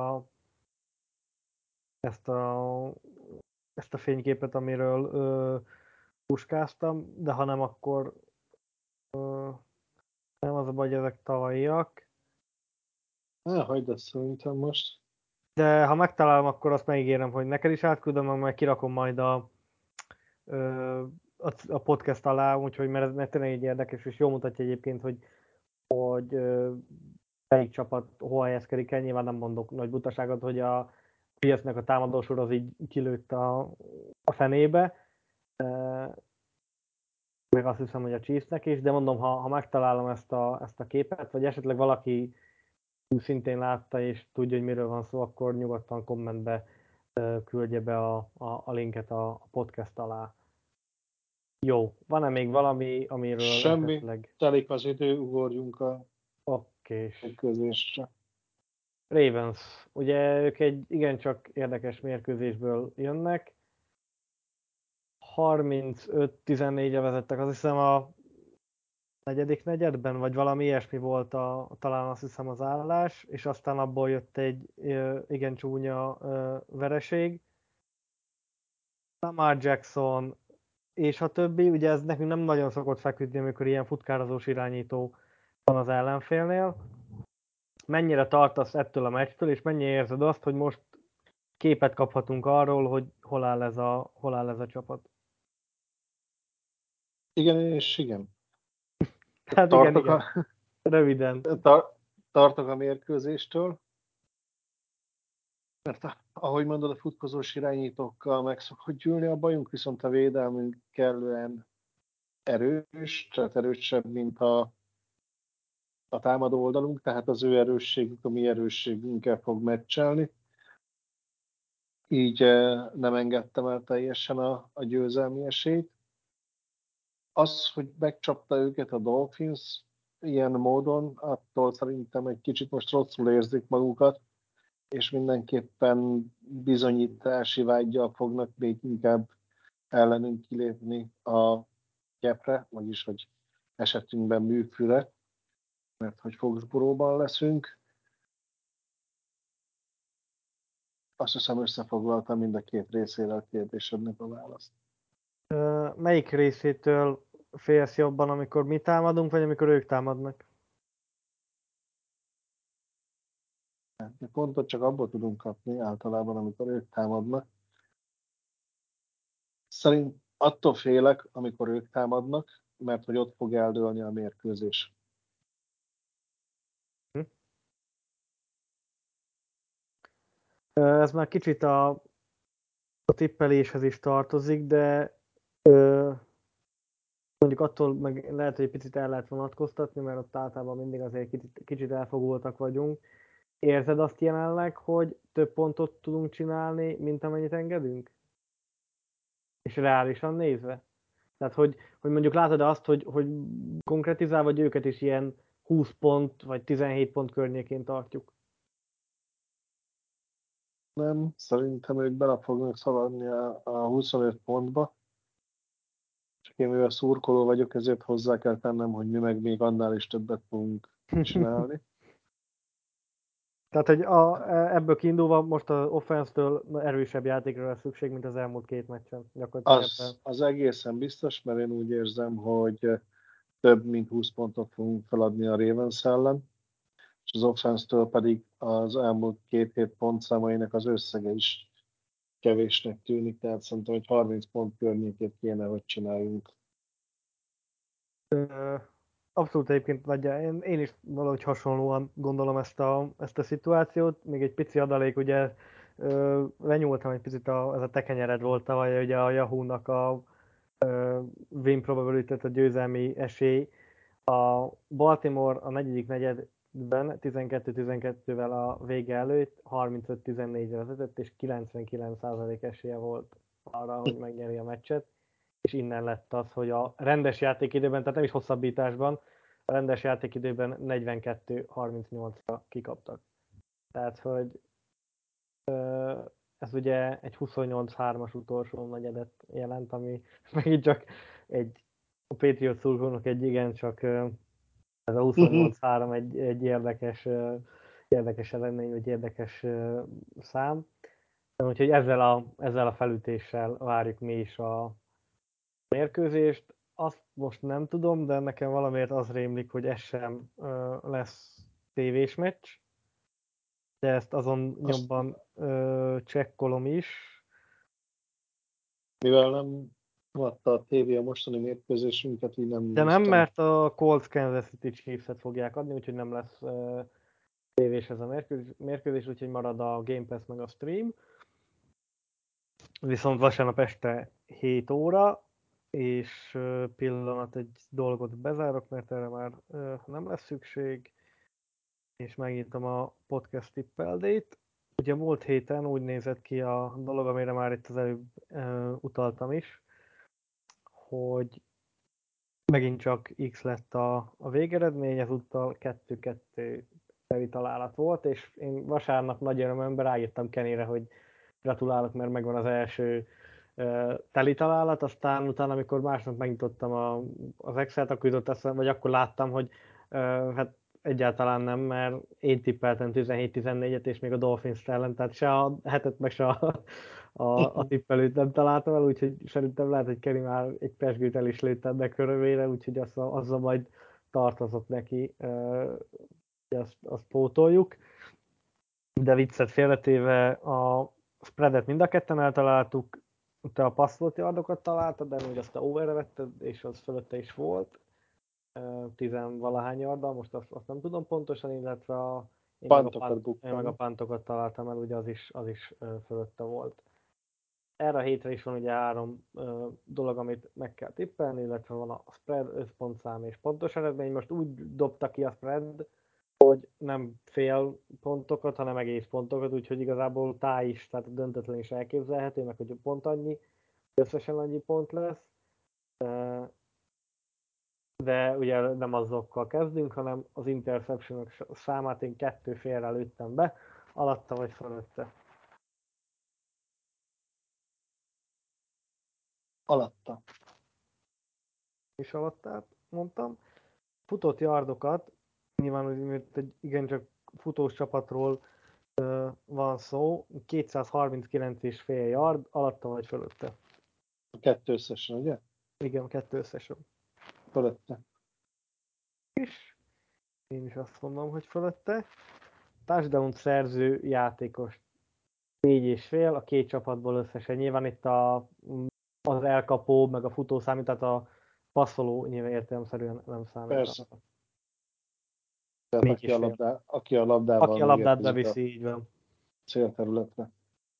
ezt a fényképet, amiről puskáztam, de ha nem, akkor nem az a baj, hogy ezek tavalyiak. Hagyd ezt szerintem most. De ha megtalálom, akkor azt megígérem, hogy neked is átküldöm, meg kirakom majd a podcast alá, úgyhogy mert tényleg így érdekes, és jól mutatja egyébként, hogy melyik csapat hol helyezkedik el. Nyilván nem mondok nagy butaságot, hogy a Piacnak a támadósor az így kilőtt a fenébe, meg azt hiszem, hogy a Chiefsnek is, de mondom, ha megtalálom ezt a képet, vagy esetleg valaki szintén látta és tudja, hogy miről van szó, akkor nyugodtan kommentbe küldje be a linket a podcast alá. Jó, van-e még valami, amiről Semmi. esetleg... Telik az idő, ugorjunk a Oké. mérkőzésre. Ravens. Ugye ők egy igencsak érdekes mérkőzésből jönnek. 35-14-re vezettek, azt hiszem a negyedik negyedben, vagy valami ilyesmi volt talán azt hiszem az állás, és aztán abból jött egy igen csúnya vereség. Lamar Jackson és a többi, ugye ez nekünk nem nagyon szokott feküdni, amikor ilyen futkározós irányító van az ellenfélnél. Mennyire tartasz ettől a meccstől, és mennyire érzed azt, hogy most képet kaphatunk arról, hogy hol áll ez a csapat? Igen és igen. Hát igen, Tartok igen. Röviden. tartok a mérkőzéstől, mert ahogy mondod, a futkozós irányítókkal meg szokott gyűlni a bajunk, viszont a védelmünk kellően erős, tehát erősebb, mint a támadó oldalunk, tehát az ő erősségük a mi erősségünkkel fog meccselni. Így nem engedtem el teljesen a győzelmi esélyt. Az, hogy megcsapta őket a Dolphins ilyen módon, attól szerintem egy kicsit most rosszul érzik magukat, és mindenképpen bizonyítási vággyal fognak még inkább ellenünk kilépni a gyepre, vagyis hogy esetünkben műfűre, mert hogy Foxboróban leszünk. Azt hiszem összefoglaltam mind a két részére a kérdésednek a választ. Melyik részétől félsz jobban, amikor mi támadunk, vagy amikor ők támadnak? Mi pontot csak abból tudunk kapni általában, amikor ők támadnak. Szerint attól félek, amikor ők támadnak, mert hogy ott fog eldőlni a mérkőzés. Ez már kicsit a tippeléshez is tartozik, de ö, mondjuk attól meg lehet, hogy egy picit el lehet vonatkoztatni, mert ott általában mindig azért kicsit elfogultak vagyunk. Érzed azt jelenleg, hogy több pontot tudunk csinálni, mint amennyit engedünk? És reálisan nézve? Tehát, hogy mondjuk látod azt, hogy konkretizál, vagy őket is ilyen 20 pont, vagy 17 pont környékén tartjuk? Nem, szerintem ők bele fognak szaladni a 25 pontba. Csak én mivel szurkoló vagyok, ezért hozzá kell tennem, hogy mi meg még annál is többet fogunk csinálni. Tehát, hogy ebből kiindulva most az offense-től erősebb játékra lesz szükség, mint az elmúlt két meccsen. Gyakorlatilag ebben. Az egészen biztos, mert én úgy érzem, hogy több mint 20 pontot fogunk feladni a Ravens ellen, és az offense-től pedig az elmúlt két hét pontszámainak az összege is kevésnek tűnik, tehát szerintem egy 30 pont környékét kéne, hogy csináljunk. Abszolút egyébként én is valahogy hasonlóan gondolom ezt a szituációt. Még egy pici adalék, ugye lenyúltam egy picit, ez a te kenyered volt tavaly, ugye a Yahoo-nak a win probability, a győzelmi esély. A Baltimore a negyedik negyedben 12-12-vel a vége előtt 35-14-re vezetett, és 99% esélye volt arra, hogy megnyeri a meccset, és innen lett az, hogy a rendes játékidőben, tehát nem is hosszabbításban, a rendes játékidőben 42-38-ra kikaptak. Tehát, hogy ez ugye egy 28-3-as utolsó negyedet jelent, ami megint csak a Patriot szurkolónak egy igencsak ez a 28-3 egy érdekes eredmény, vagy érdekes szám. Úgyhogy ezzel a felütéssel várjuk mi is a mérkőzést. Azt most nem tudom, de nekem valamiért az rémlik, hogy ez sem lesz tévés meccs. de ezt azon nyomban csekkolom is. Mivel nem adta a tévé a mostani mérkőzésünket, így nem De nem, néztem. mert a Colts Kansas City Chiefs-et fogják adni, úgyhogy nem lesz tévés ez a mérkőzés, úgyhogy marad a Game Pass meg a stream. Viszont vasárnap este 7 óra, és pillanat egy dolgot bezárok, mert erre már nem lesz szükség, és megnyitom a podcast tippeldét. Ugye múlt héten úgy nézett ki a dolog, amire már itt az előbb utaltam is, hogy megint csak X lett a végeredmény, ezúttal 2-2 teli találat volt, és én vasárnap nagy örömömben ráírtam Kennyre, hogy gratulálok, mert megvan az első teli találat, aztán utána, amikor másnap megnyitottam az Excel-t, akkor jutott eszembe, vagy akkor láttam, hogy hát egyáltalán nem, mert én tippeltem 17-14-et, és még a Dolphins ellen, tehát se a hetet, meg se a tippelőt nem találtam el, úgyhogy szerintem lehet, hogy Kenny már egy pezsgőt el is lőtt ennek örömére, úgyhogy azzal majd tartozott neki, hogy azt pótoljuk. De viccet félretéve a spreadet mind a ketten eltaláltuk, te a passzolt yardokat találtad, de még azt te overre vetted, és az fölötte is volt. 10-valahány yarddal, most azt nem tudom pontosan, illetve én meg a pantokat találtam el, ugye az is fölötte volt. Erre a hétre is van ugye 3 dolog, amit meg kell tippelni, illetve van a spread, összpontszám és pontos eredmény. Most úgy dobta ki a spread, hogy nem fél pontokat, hanem egész pontokat, úgyhogy igazából táj is, tehát döntetlen is elképzelhető, meg hogy pont annyi, összesen annyi pont lesz. De ugye nem azokkal kezdünk, hanem az interceptionok számát én 2 félre lőttem be, alatta vagy fölötte. Alatta. És alattát mondtam. Futott yardokat, nyilván egy igencsak futós csapatról van szó, 239,5 yard, alatta vagy fölötte. A 2 összesen, ugye? Igen, 2 összesen. Fölötte. És én is azt mondom, hogy fölötte. Touchdown szerző játékos 4,5, a 2 csapatból összesen. Nyilván itt az elkapó, meg a futó számít, tehát a passzoló nyilván értelemszerűen nem számít. Persze. Tehát aki a labdával aki a labdát beviszi, így van. Célterületre.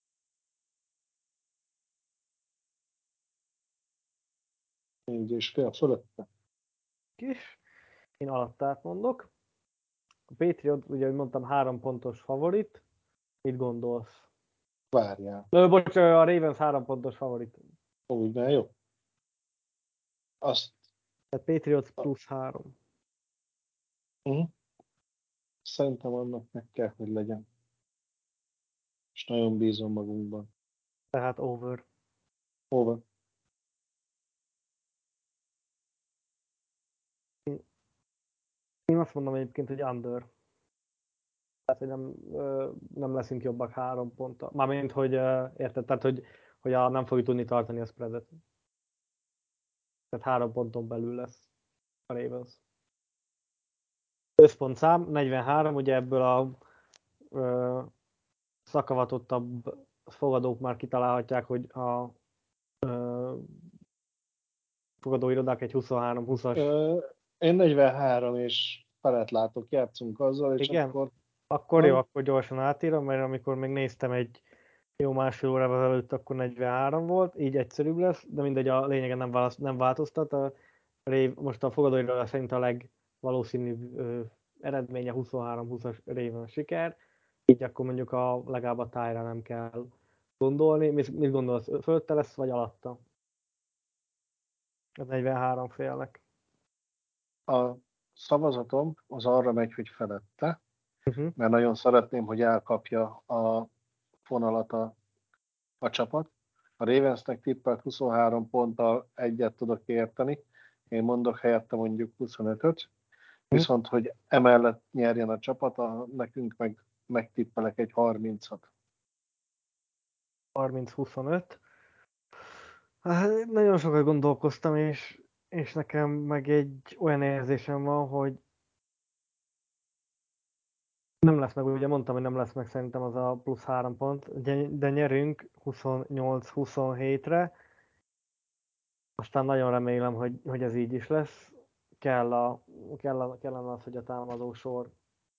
Így és fél fölötte. És én alattát mondok. A Patriot, ugye, ahogy mondtam, 3 pontos favorit. Mit gondolsz? Várjál. Bocs, a Ravens 3 pontos favorit. Úgy, de jó. Azt. Tehát Patriots plusz 3. Szerintem annak meg kell, hogy legyen. És nagyon bízom magunkban. Tehát over. Over. Én azt mondom egyébként, hogy under. Tehát, hogy nem leszünk jobbak 3 ponttal. Mármint, hogy érted, tehát, hogy nem fogjuk tudni tartani a spreadet. Tehát 3 ponton belül lesz a Ravens. Összpontszám 43, ugye ebből a szakavatottabb fogadók már kitalálhatják, hogy a fogadóirodák egy 23-20-as. Én 43 és felett látok, játszunk azzal, és Igen? akkor Jó, akkor gyorsan átírom, mert amikor még néztem egy jó másfél órával előtt, akkor 43 volt, így egyszerűbb lesz, de mindegy, a lényegen nem változtat. Most a fogadóiroda szerint a legvalószínűbb eredménye 23-20-as Raven siker, így akkor mondjuk legalább a tájra nem kell gondolni. Mit gondolsz, fölötte lesz, vagy alatta? Az 43 félnek. a szavazatom az arra megy, hogy felette, mert nagyon szeretném, hogy elkapja a fonalat a csapat. A Ravensnek tippelt 23 ponttal egyet tudok érteni, én mondok helyette mondjuk 25-öt, viszont hogy emellett nyerjen a csapat, nekünk megtippelek egy 30-at. 30-25. Hát, nagyon sokat gondolkoztam, és nekem meg egy olyan érzésem van, hogy Nem lesz meg, ugye mondtam, hogy nem lesz meg szerintem az a plusz 3 pont, de nyerünk 28-27-re. Aztán nagyon remélem, hogy ez így is lesz. Kellene az, hogy a támadó sor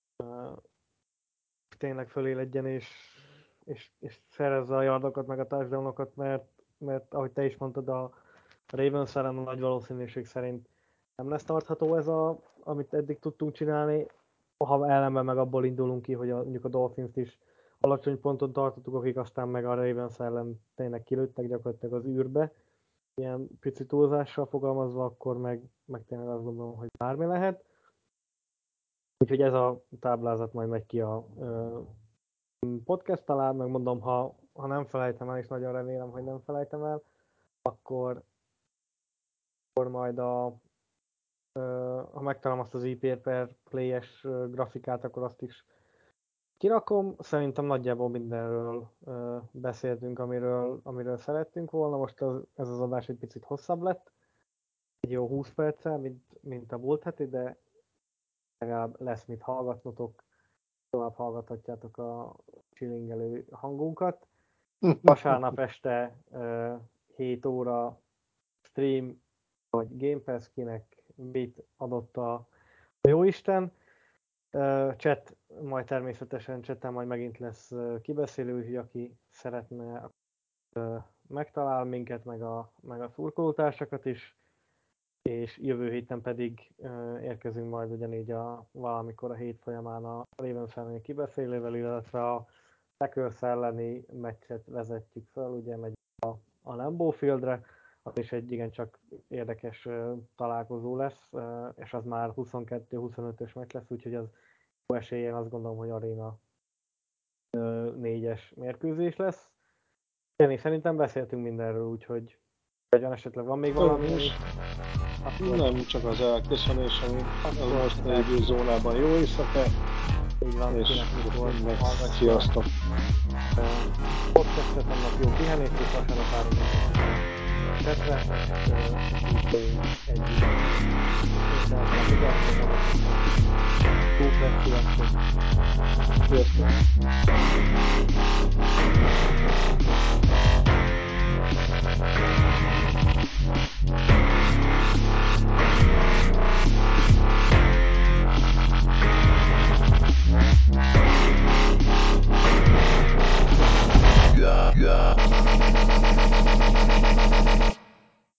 tényleg föléledjen, és szerezze a yardokat, meg a touchdownokat, mert ahogy te is mondtad, a Ravens ellen a nagy valószínűség szerint nem lesz tartható ez, amit eddig tudtunk csinálni. Ha ellenben meg abból indulunk ki, hogy mondjuk a Dolphins-t is alacsony ponton tartottuk, akik aztán meg a Ravens ellen tényleg kilőttek gyakorlatilag az űrbe, ilyen pici túlzással fogalmazva, akkor meg tényleg azt gondolom, hogy bármi lehet. Úgyhogy ez a táblázat majd megy ki a podcast talán, megmondom, ha nem felejtem el, és nagyon remélem, hogy nem felejtem el, akkor majd ha megtalálom azt az IP per play-es grafikát, akkor azt is kirakom. Szerintem nagyjából mindenről beszéltünk, amiről szerettünk volna. Most ez az adás egy picit hosszabb lett, egy jó 20 perccel, mint a múlt heti, de legalább lesz mit hallgatnotok, tovább hallgathatjátok a chillingelő hangunkat. Vasárnap este 7 óra stream, vagy Game Pass, kinek mit adott a jóisten. Chat, majd természetesen chatten majd megint lesz kibeszélő, úgyhogy aki szeretne, megtalál minket, meg a szurkolótársakat is, és jövő héten pedig érkezünk majd ugyanígy valamikor a hét folyamán a Ravens elleni kibeszélővel, illetve a Packers elleni meccset vezetjük fel, ugye megy a Lambeau Fieldre, az is egy igencsak érdekes találkozó lesz, és az már 22-25-ös meccs lesz, úgyhogy az jó esélyen azt gondolom, hogy aréna 4-es mérkőzés lesz. Én szerintem beszéltünk mindenről, úgyhogy esetleg van még valami? Nem, csak az elköszönés, ami a most lévő zónában jó éjszakát. Így van, és kinek hallgatja. Sziasztok! Podcastet, annak jó pihenést, és vasárnap várunk tetre, úgyhogy együtt. Sziasztok!